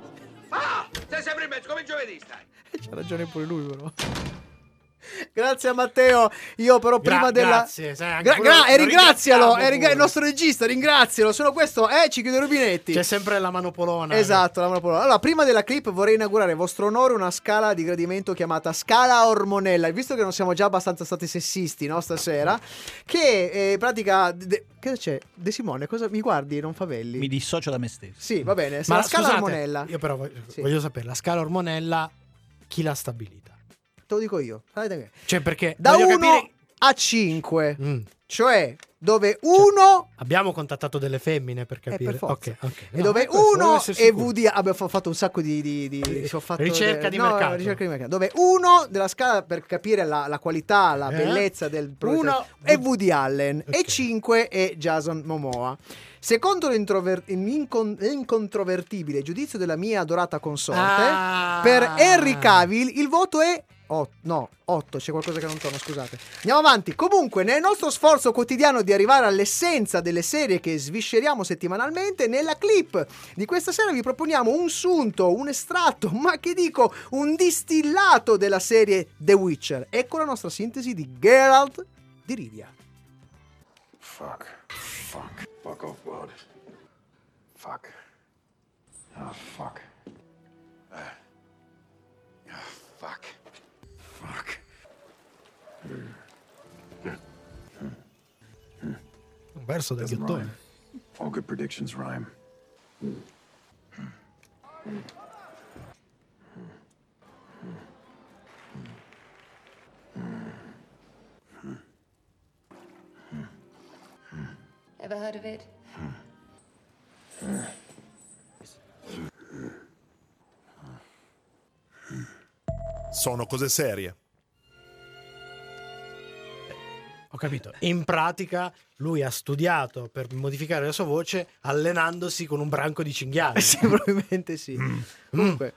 Ah! Sei sempre in mezzo, come il giovedì stai. C'ha ragione pure lui, però. Grazie a Matteo. Io però Gra- prima della grazie, sai, anche Gra- pure- gra- e lo ringrazialo, ringraziamo è ringra- pure. il nostro regista, ringrazialo. Sono questo, eh, ci chiude i rubinetti. c'è sempre la manopolona. Esatto, la monopola. Allora, prima della clip vorrei inaugurare a vostro onore una scala di gradimento chiamata scala ormonella. Visto che non siamo già abbastanza stati sessisti, no, stasera, che eh, in pratica de- che c'è? De Simone, cosa mi guardi? Non favelli. Mi dissocio da me stesso. Sì, va bene, Ma la scala scusate, ormonella. io però voglio, Sì. voglio sapere, la scala ormonella chi l'ha stabilita? Te lo dico io. Fate- Cioè, perché Da voglio uno capire. a cinque. Mm. Cioè, dove uno Abbiamo contattato delle femmine per Eh, capire. per forza. Ok, ok. e No, dove questo, volevo uno essere è sicuro. V D A. Abbiamo fatto un sacco di, di, di- Eh, ci ho fatto ricerca di no, mercato. ricerca di mercato. Dove uno della scala per capire la, la qualità, la Eh? bellezza del Uno- è Woody Allen e Ok. cinque è Jason Momoa. Secondo l'introver- l'incon- l'incontrovertibile giudizio della mia adorata consorte, Ah. per Henry Cavill il voto è otto, no, otto, c'è qualcosa che non torna, scusate. Andiamo avanti. Comunque, nel nostro sforzo quotidiano di arrivare all'essenza delle serie che svisceriamo settimanalmente, nella clip di questa sera vi proponiamo un sunto, un estratto, ma che dico, un distillato della serie The Witcher. Ecco la nostra sintesi di Geralt di Rivia. Fuck. Fuck. Fuck off, bud. Fuck. Oh, fuck. Uh. Oh, fuck. Fuck. Un verso del Doesn't ghiottone. rhyme. All good predictions rhyme. Ever heard of it? Sono cose serie. Ho capito. In pratica lui ha studiato per modificare la sua voce allenandosi con un branco di cinghiali. Sì, probabilmente sì. Comunque,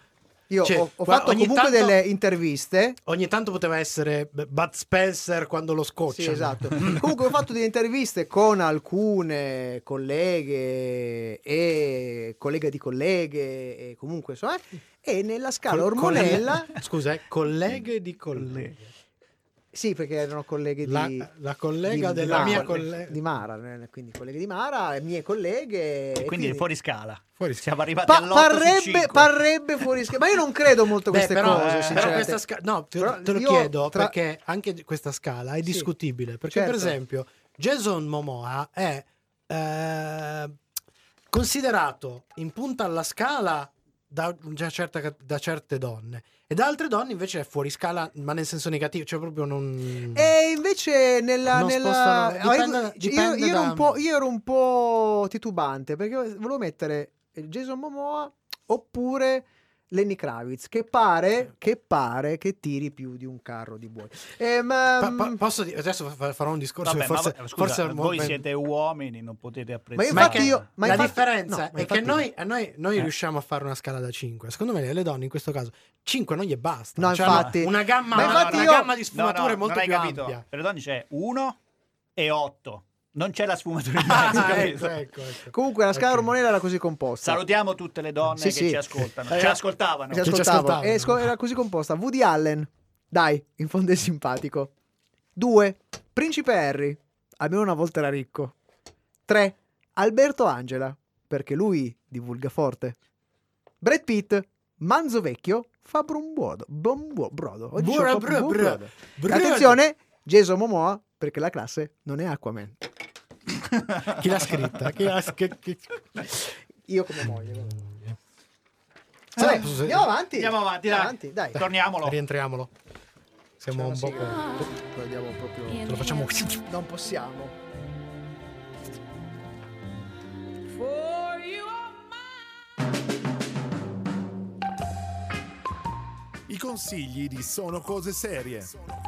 Io Cioè, ho, ho qua- fatto ogni comunque tanto- delle interviste. Ogni tanto poteva essere Bud Spencer quando lo scocciano. Sì, esatto. Comunque ho fatto delle interviste con alcune colleghe e colleghe di colleghe e comunque insomma, e nella scala Col- ormonella colle- Scusa, eh, colleghe di colleghe. sì, perché erano colleghe La, di la collega di- di della Mara, mia collega. di Mara, eh, quindi colleghe di Mara, e mie colleghe e Quindi, fuori scala. Fuori Siamo arrivati Pa- all'otto su parrebbe, cinque. parrebbe fuori schema, ma io non credo molto a Beh, queste però, cose, eh, però sinceramente. questa sca- no, te, Però te lo io chiedo tra- perché anche questa scala è Sì, discutibile. Perché, per certo. esempio, Jason Momoa è eh, considerato in punta alla scala da, una certa- da certe donne, e da altre donne invece è fuori scala, ma nel senso negativo, cioè proprio non. E invece nella, Non nella... spostano- ah, dipende- io, dipende io ero da- un po', io ero un po' titubante perché volevo mettere Jason Momoa oppure Lenny Kravitz, che pare che pare che tiri più di un carro di buoi. Eh, ma, Pa- pa- posso dire, adesso fa- farò un discorso Vabbè, che forse, ma, scusa, forse è il voi momento- siete uomini, non potete Ma apprezzare. infatti che- io- ma la infatti- differenza no, ma è infatti- che noi, a noi, noi Eh. riusciamo a fare una scala da cinque. Secondo me le donne in questo caso cinque non gli basta. No, Cioè, infatti. una gamma, Ma una, infatti una io- gamma di No, sfumature no, molto non hai più capito. ampia. Per le donne c'è uno e otto. Non c'è la sfumatura in Ah, mezzo, capito? ecco, ecco, ecco. Comunque la scala Ok. ormonella era così composta. Salutiamo tutte le donne Sì, che sì. ci ascoltano. Eh, ci ascoltavano. Ci Che ci ascoltavo. ascoltavano. E sco- era così composta. Woody Allen, dai, in fondo è simpatico. Due, Principe Harry, almeno una volta era ricco. Tre, Alberto Angela, perché lui divulga forte. Brad Pitt, manzo vecchio, fa buon brodo. Buon buo- brodo. Oggi Bro- c'ho proprio bro- buon bro- brodo. bro- Attenzione, Jason Momoa, perché la classe non è Aquaman. Chi l'ha scritta? Chi l'ha che- che- Io come moglie. Sì, Vabbè, posso- andiamo avanti. Andiamo avanti, dai. Avanti, dai. Torniamolo. Rientriamolo. Siamo un po'. Sì, lo andiamo proprio. Ce lo facciamo. Non possiamo. I consigli di Sono Cose Serie.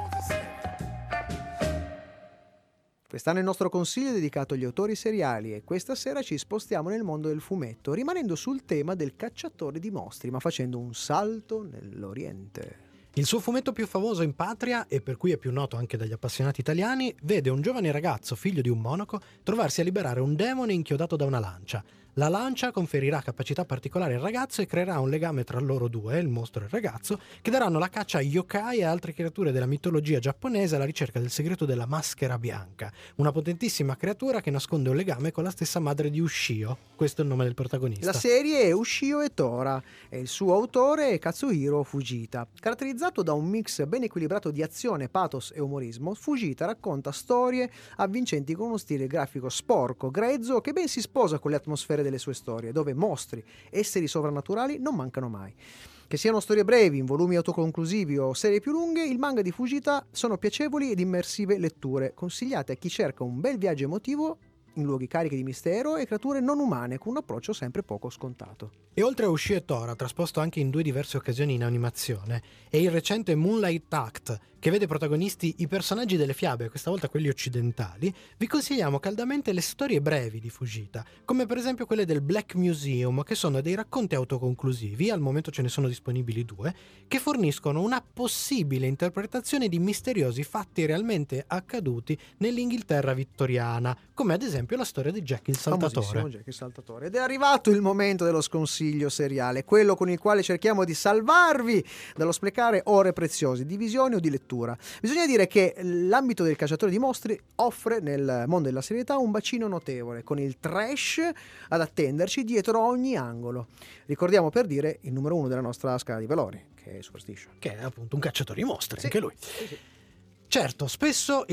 Quest'anno il nostro consiglio è dedicato agli autori seriali e questa sera ci spostiamo nel mondo del fumetto, rimanendo sul tema del cacciatore di mostri, ma facendo un salto nell'Oriente. Il suo fumetto più famoso in patria, e per cui è più noto anche dagli appassionati italiani, vede un giovane ragazzo, figlio di un monaco, trovarsi a liberare un demone inchiodato da una lancia. La lancia conferirà capacità particolari al ragazzo e creerà un legame tra loro due, il mostro e il ragazzo, che daranno la caccia a yokai e altre creature della mitologia giapponese alla ricerca del segreto della maschera bianca, una potentissima creatura che nasconde un legame con la stessa madre di Ushio. Questo è il nome del protagonista. La serie è Ushio e Tora e il suo autore è Kazuhiro Fujita. Caratterizzato da un mix ben equilibrato di azione, pathos e umorismo, Fujita racconta storie avvincenti con uno stile grafico sporco, grezzo, che ben si sposa con le atmosfere delle sue storie, dove mostri, esseri sovrannaturali non mancano mai. Che siano storie brevi, in volumi autoconclusivi o serie più lunghe, il manga di Fujita sono piacevoli ed immersive letture, consigliate a chi cerca un bel viaggio emotivo in luoghi carichi di mistero e creature non umane con un approccio sempre poco scontato. E oltre a Ushio e Tora, trasposto anche in due diverse occasioni in animazione, e il recente Moonlight Act, che vede protagonisti i personaggi delle fiabe, questa volta quelli occidentali, vi consigliamo caldamente le storie brevi di Fujita, come per esempio quelle del Black Museum, che sono dei racconti autoconclusivi, al momento ce ne sono disponibili due, che forniscono una possibile interpretazione di misteriosi fatti realmente accaduti nell'Inghilterra vittoriana, come ad esempio la storia di Jack il Famosissimo Saltatore. Jack il Saltatore. Ed è arrivato il momento dello sconsiglio seriale, quello con il quale cerchiamo di salvarvi dallo sprecare ore preziose di visione o di lettura. Bisogna dire che l'ambito del cacciatore di mostri offre nel mondo della serietà un bacino notevole, con il trash ad attenderci dietro ogni angolo. Ricordiamo per dire il numero uno della nostra scala di valori, che è Superstition. Che è appunto un cacciatore di mostri, Sì. anche lui. Sì, sì. Certo, spesso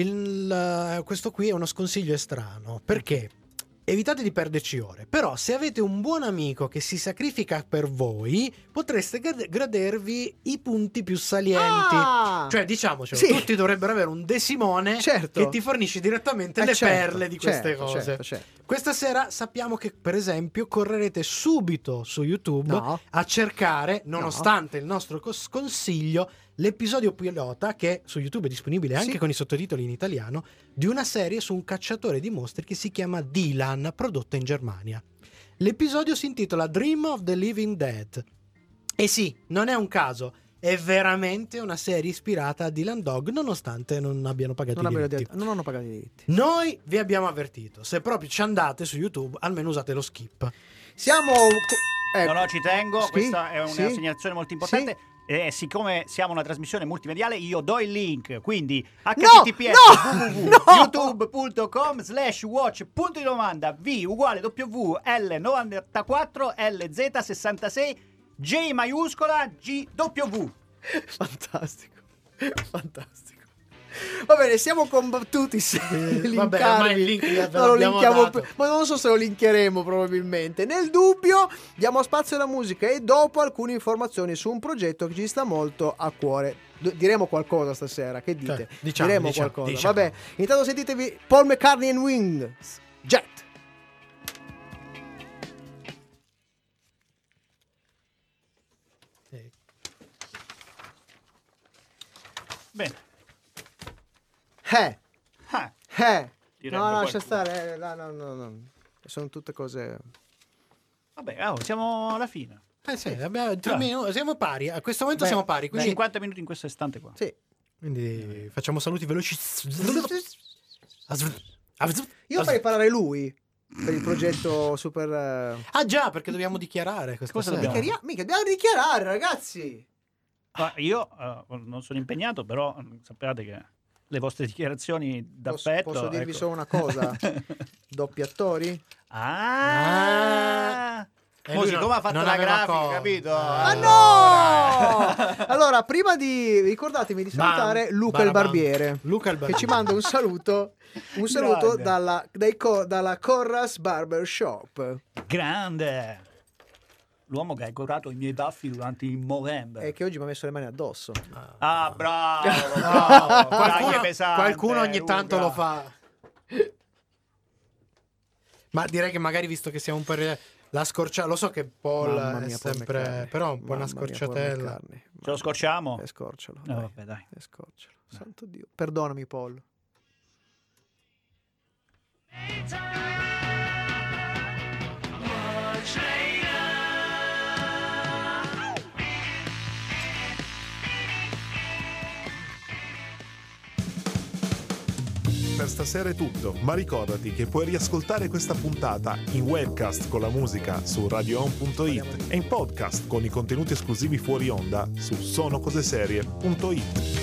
il, questo qui è uno sconsiglio strano, perché evitate di perderci ore, però se avete un buon amico che si sacrifica per voi, potreste grad- gradervi i punti più salienti. Ah! Cioè, diciamocelo, Sì. tutti dovrebbero avere un desimone Certo. che ti fornisce direttamente Eh, le certo, perle di queste certo, cose. certo, certo. Questa sera sappiamo che, per esempio, correrete subito su YouTube No. a cercare, nonostante il nostro cos- consiglio, l'episodio pilota, che su YouTube è disponibile anche Sì. con i sottotitoli in italiano, di una serie su un cacciatore di mostri che si chiama Dylan, prodotta in Germania. L'episodio si intitola Dream of the Living Dead. E sì, non è un caso, è veramente una serie ispirata a Dylan Dog, nonostante non abbiano pagato Non, i abbiamo diritti. detto- non hanno pagato i diritti. Noi vi abbiamo avvertito, se proprio ci andate su YouTube, almeno usate lo skip. Siamo. Ecco. No, no, ci tengo, Sì, questa è una sì, segnalazione molto importante. E siccome siamo una trasmissione multimediale, io do il link, quindi No, https no, www no. youtube punto com slash watch punto di domanda v uguale w l novantaquattro l z sessantasei J maiuscola G W. Fantastico. Fantastico. Va bene, siamo combattuti se Eh, vabbè, ormai il link li No, lo abbiamo linkiamo dato. p- ma non so se lo linkeremo probabilmente. Nel dubbio diamo spazio alla musica e dopo alcune informazioni su un progetto che ci sta molto a cuore. D- diremo qualcosa stasera, che dite? Cioè, diciamo, diremo diciamo, qualcosa. diciamo. Vabbè, intanto sentitevi Paul McCartney and Wings. Jet. Bene. Eh. Ah, Eh. Direbbe No, no, lascia qualcuno. stare. eh, No, no, no, no. Sono tutte cose. vabbè, oh, siamo alla fine. Eh sì, abbiamo tre minuti, siamo pari, a questo momento Beh, siamo pari, quindi, cinquanta minuti in questo istante qua. Sì. quindi facciamo saluti veloci. Io farei parlare lui per il progetto super. eh, Ah già, perché dobbiamo dichiarare questa Cosa sera. dobbiamo- Mica, mica, dobbiamo dichiarare, ragazzi. Ma io eh, non sono impegnato, però mm, sappiate che le vostre dichiarazioni Posso, d'affetto. posso dirvi ecco. solo una cosa? Doppi attori? Ah, E Mo lui siccome non- ha fatto non la aveva grafica, co- capito? Ma Allora. no! Allora, prima di ricordatemi di salutare Bam, Luca il barabam. barbiere. Luca il Che barbiere. ci manda un saluto. Un saluto Grande. dalla, dai co- dalla Corras Barber Shop. Grande. L'uomo che ha curato i miei baffi durante il Movember. E che oggi mi ha messo le mani addosso. Ah, bravo, No, bravo. qualcuno, Dai, è pesante, qualcuno ogni Luca. tanto lo fa. Ma direi che magari visto che siamo un po' re- la scorcia, lo so che Paul Mamma è mia, Paul sempre McCartney. però un po' una Mamma mia, Paul scorciatella. McCartney. Ce lo scorciamo? E scorcialo. No, dai. vabbè, dai. E scorcialo. Santo Dio. Perdonami, Paul. Per stasera è tutto, ma ricordati che puoi riascoltare questa puntata in webcast con la musica su radioon punto it e in podcast con i contenuti esclusivi fuori onda su sonocoseserie punto it.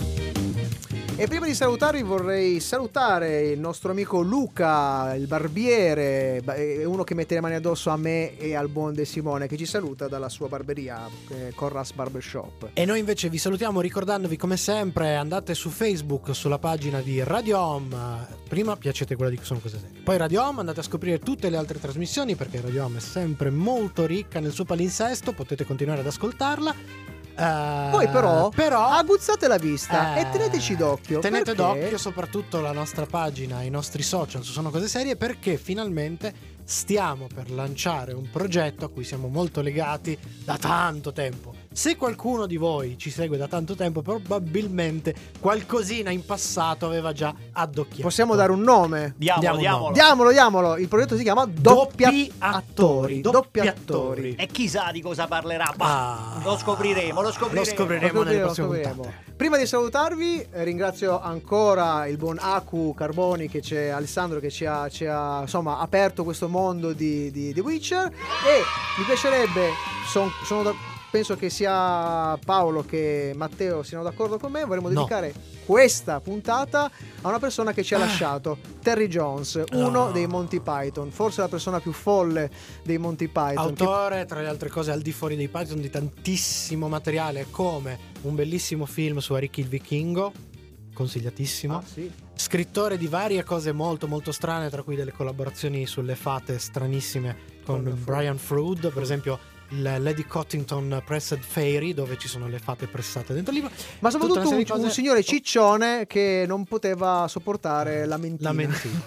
E prima di salutarvi vorrei salutare il nostro amico Luca, il barbiere, ba- è uno che mette le mani addosso a me e al buon De Simone, che ci saluta dalla sua barberia, eh, Corras Barbershop. E noi invece vi salutiamo ricordandovi come sempre andate su Facebook sulla pagina di Radio Home. Prima piacete quella di Sono Cose Serie. Poi Radio Home andate a scoprire tutte le altre trasmissioni perché Radio Home è sempre molto ricca nel suo palinsesto, potete continuare ad ascoltarla. Eh, Poi però, però aguzzate la vista eh, e teneteci d'occhio. Tenete perché- d'occhio soprattutto la nostra pagina, i nostri social su Sono Cose Serie perché finalmente stiamo per lanciare un progetto a cui siamo molto legati da tanto tempo. Se qualcuno di voi ci segue da tanto tempo, probabilmente qualcosina in passato aveva già addocchiato. Possiamo dare un nome? Diamolo, Diamo un diamolo. nome. Diamolo, diamolo. Il progetto si chiama Doppia Doppi Attori. Attori. Doppia Doppi Attori. Attori. E chissà di cosa parlerà. Bah, Ah. lo scopriremo, lo scopriremo. Lo scopriremo nelle Lo prossime scopriremo. puntate. Prima di salutarvi eh, ringrazio ancora il buon Aku Carboni, che c'è Alessandro che ci ha, ci ha, insomma aperto questo mondo di, di, di Witcher, e mi piacerebbe, son- sono da- penso che sia Paolo che Matteo siano d'accordo con me, vorremmo No. dedicare questa puntata a una persona che ci ha lasciato, Terry Jones, uno Ah. dei Monty Python, forse la persona più folle dei Monty Python, che Autore, tra le altre cose, al di fuori dei Python di tantissimo materiale, come un bellissimo film su Arichi il Vichingo, consigliatissimo. Ah, sì. Scrittore di varie cose molto molto strane, tra cui delle collaborazioni sulle fate stranissime con Con Brian Froud, per esempio il Lady Cottington Pressed Fairy, dove ci sono le fate pressate dentro il libro. Ma Tutta soprattutto una serie un, di cose- un signore ciccione che non poteva sopportare la mentina. La mentina.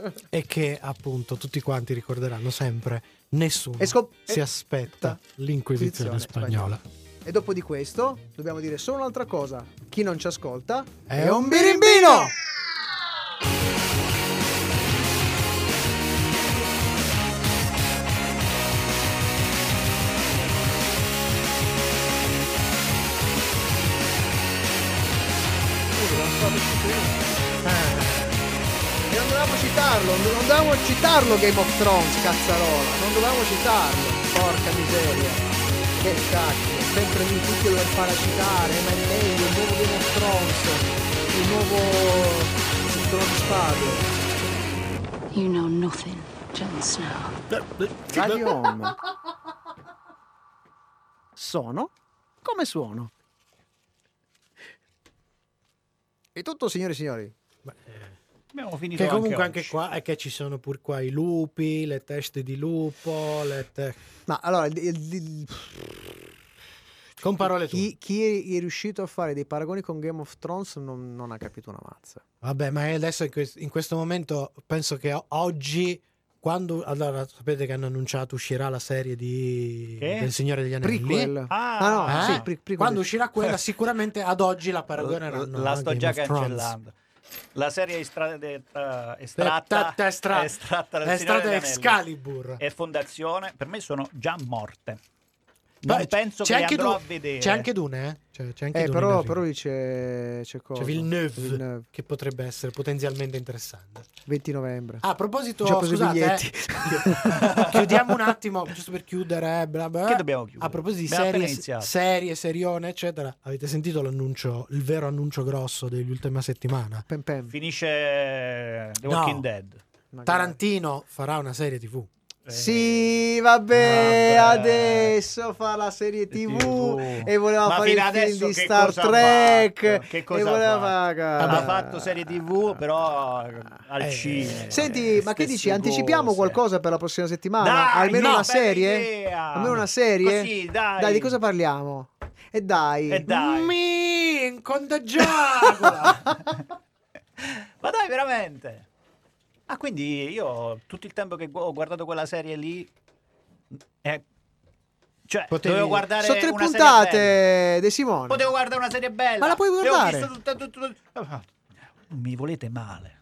E che appunto tutti quanti ricorderanno sempre: nessuno E scop- si e- aspetta l'Inquisizione Inquisizione spagnola. E dopo di questo dobbiamo dire solo un'altra cosa: chi non ci ascolta È è un un birimbino! E non dovevamo citarlo, non dovevamo citarlo Game of Thrones, cazzarola, non dovevamo citarlo, porca miseria. Che cacchio, sempre lì tutti a dover fare a citare, ma è meglio il nuovo Game of Thrones, il nuovo Trono di Spade. You know nothing, Jon Snow. Radio Home. Sono come suono. E tutto, signori e signori. Abbiamo finito Che comunque anche, anche qua è che ci sono pure qua i lupi, le teste di lupo, le te... Ma allora, il- il- il- con parole tue. chi, chi è riuscito a fare dei paragoni con Game of Thrones non, non ha capito una mazza. Vabbè, ma adesso in, quest- in questo momento penso che o- oggi, quando allora sapete che hanno annunciato uscirà la serie di Che? del Signore degli Anelli. Prequel. Ah, Ah, no, Eh? sì, pre- prequel. Quando uscirà quella, sicuramente ad oggi la paragoneranno la a sto Game già of Thrones. cancellando. La serie estra- de- tra- Ta- estratta, ta- estra- estratta dal è Signore stata degli Anelli Excalibur. e Fondazione per me sono già morte. Beh, Non penso c'è che le anche andrò Du- a vedere. C'è anche Dune, eh? C'è, c'è anche Eh, Dune in però, arrivo. però lì c'è, c'è cosa? C'è Villeneuve, Villeneuve, che potrebbe essere potenzialmente interessante. venti novembre. Ah, a proposito, Già preso i scusate, biglietti. eh, chiudiamo un attimo, giusto per chiudere. Bla bla. Che dobbiamo chiudere? A proposito di Abbiamo appena serie, iniziato. serie, serione, eccetera. Avete sentito l'annuncio, il vero annuncio grosso dell'ultima settimana? Pem pem. Finisce The No. Walking Dead. Magari. Tarantino farà una serie tivù. Sì, vabbè, Vabbè. adesso fa la serie tivù, tivù. e voleva Ma fare fino il film adesso di che Star cosa ha Trek fatto? Che cosa e ha voleva fatto? fare- Ha fatto serie tivù, però al Eh, cinema. Senti, ma che Stesse dici? Anticipiamo cose. qualcosa per la prossima settimana? Dai, Almeno no, una bella serie? idea. Almeno una serie? Così, dai. Dai, di cosa parliamo? E dai. E dai. Mi incontagiacola. Ma dai, veramente. Ah, quindi io tutto il tempo che gu- ho guardato quella serie lì, eh, cioè, Potevi- dovevo guardare Sono tre una serie puntate, bella. De Simone. Potevo guardare una serie bella. Ma la puoi Le ho guardare? visto tutta- tutta- tutta- Mi volete male.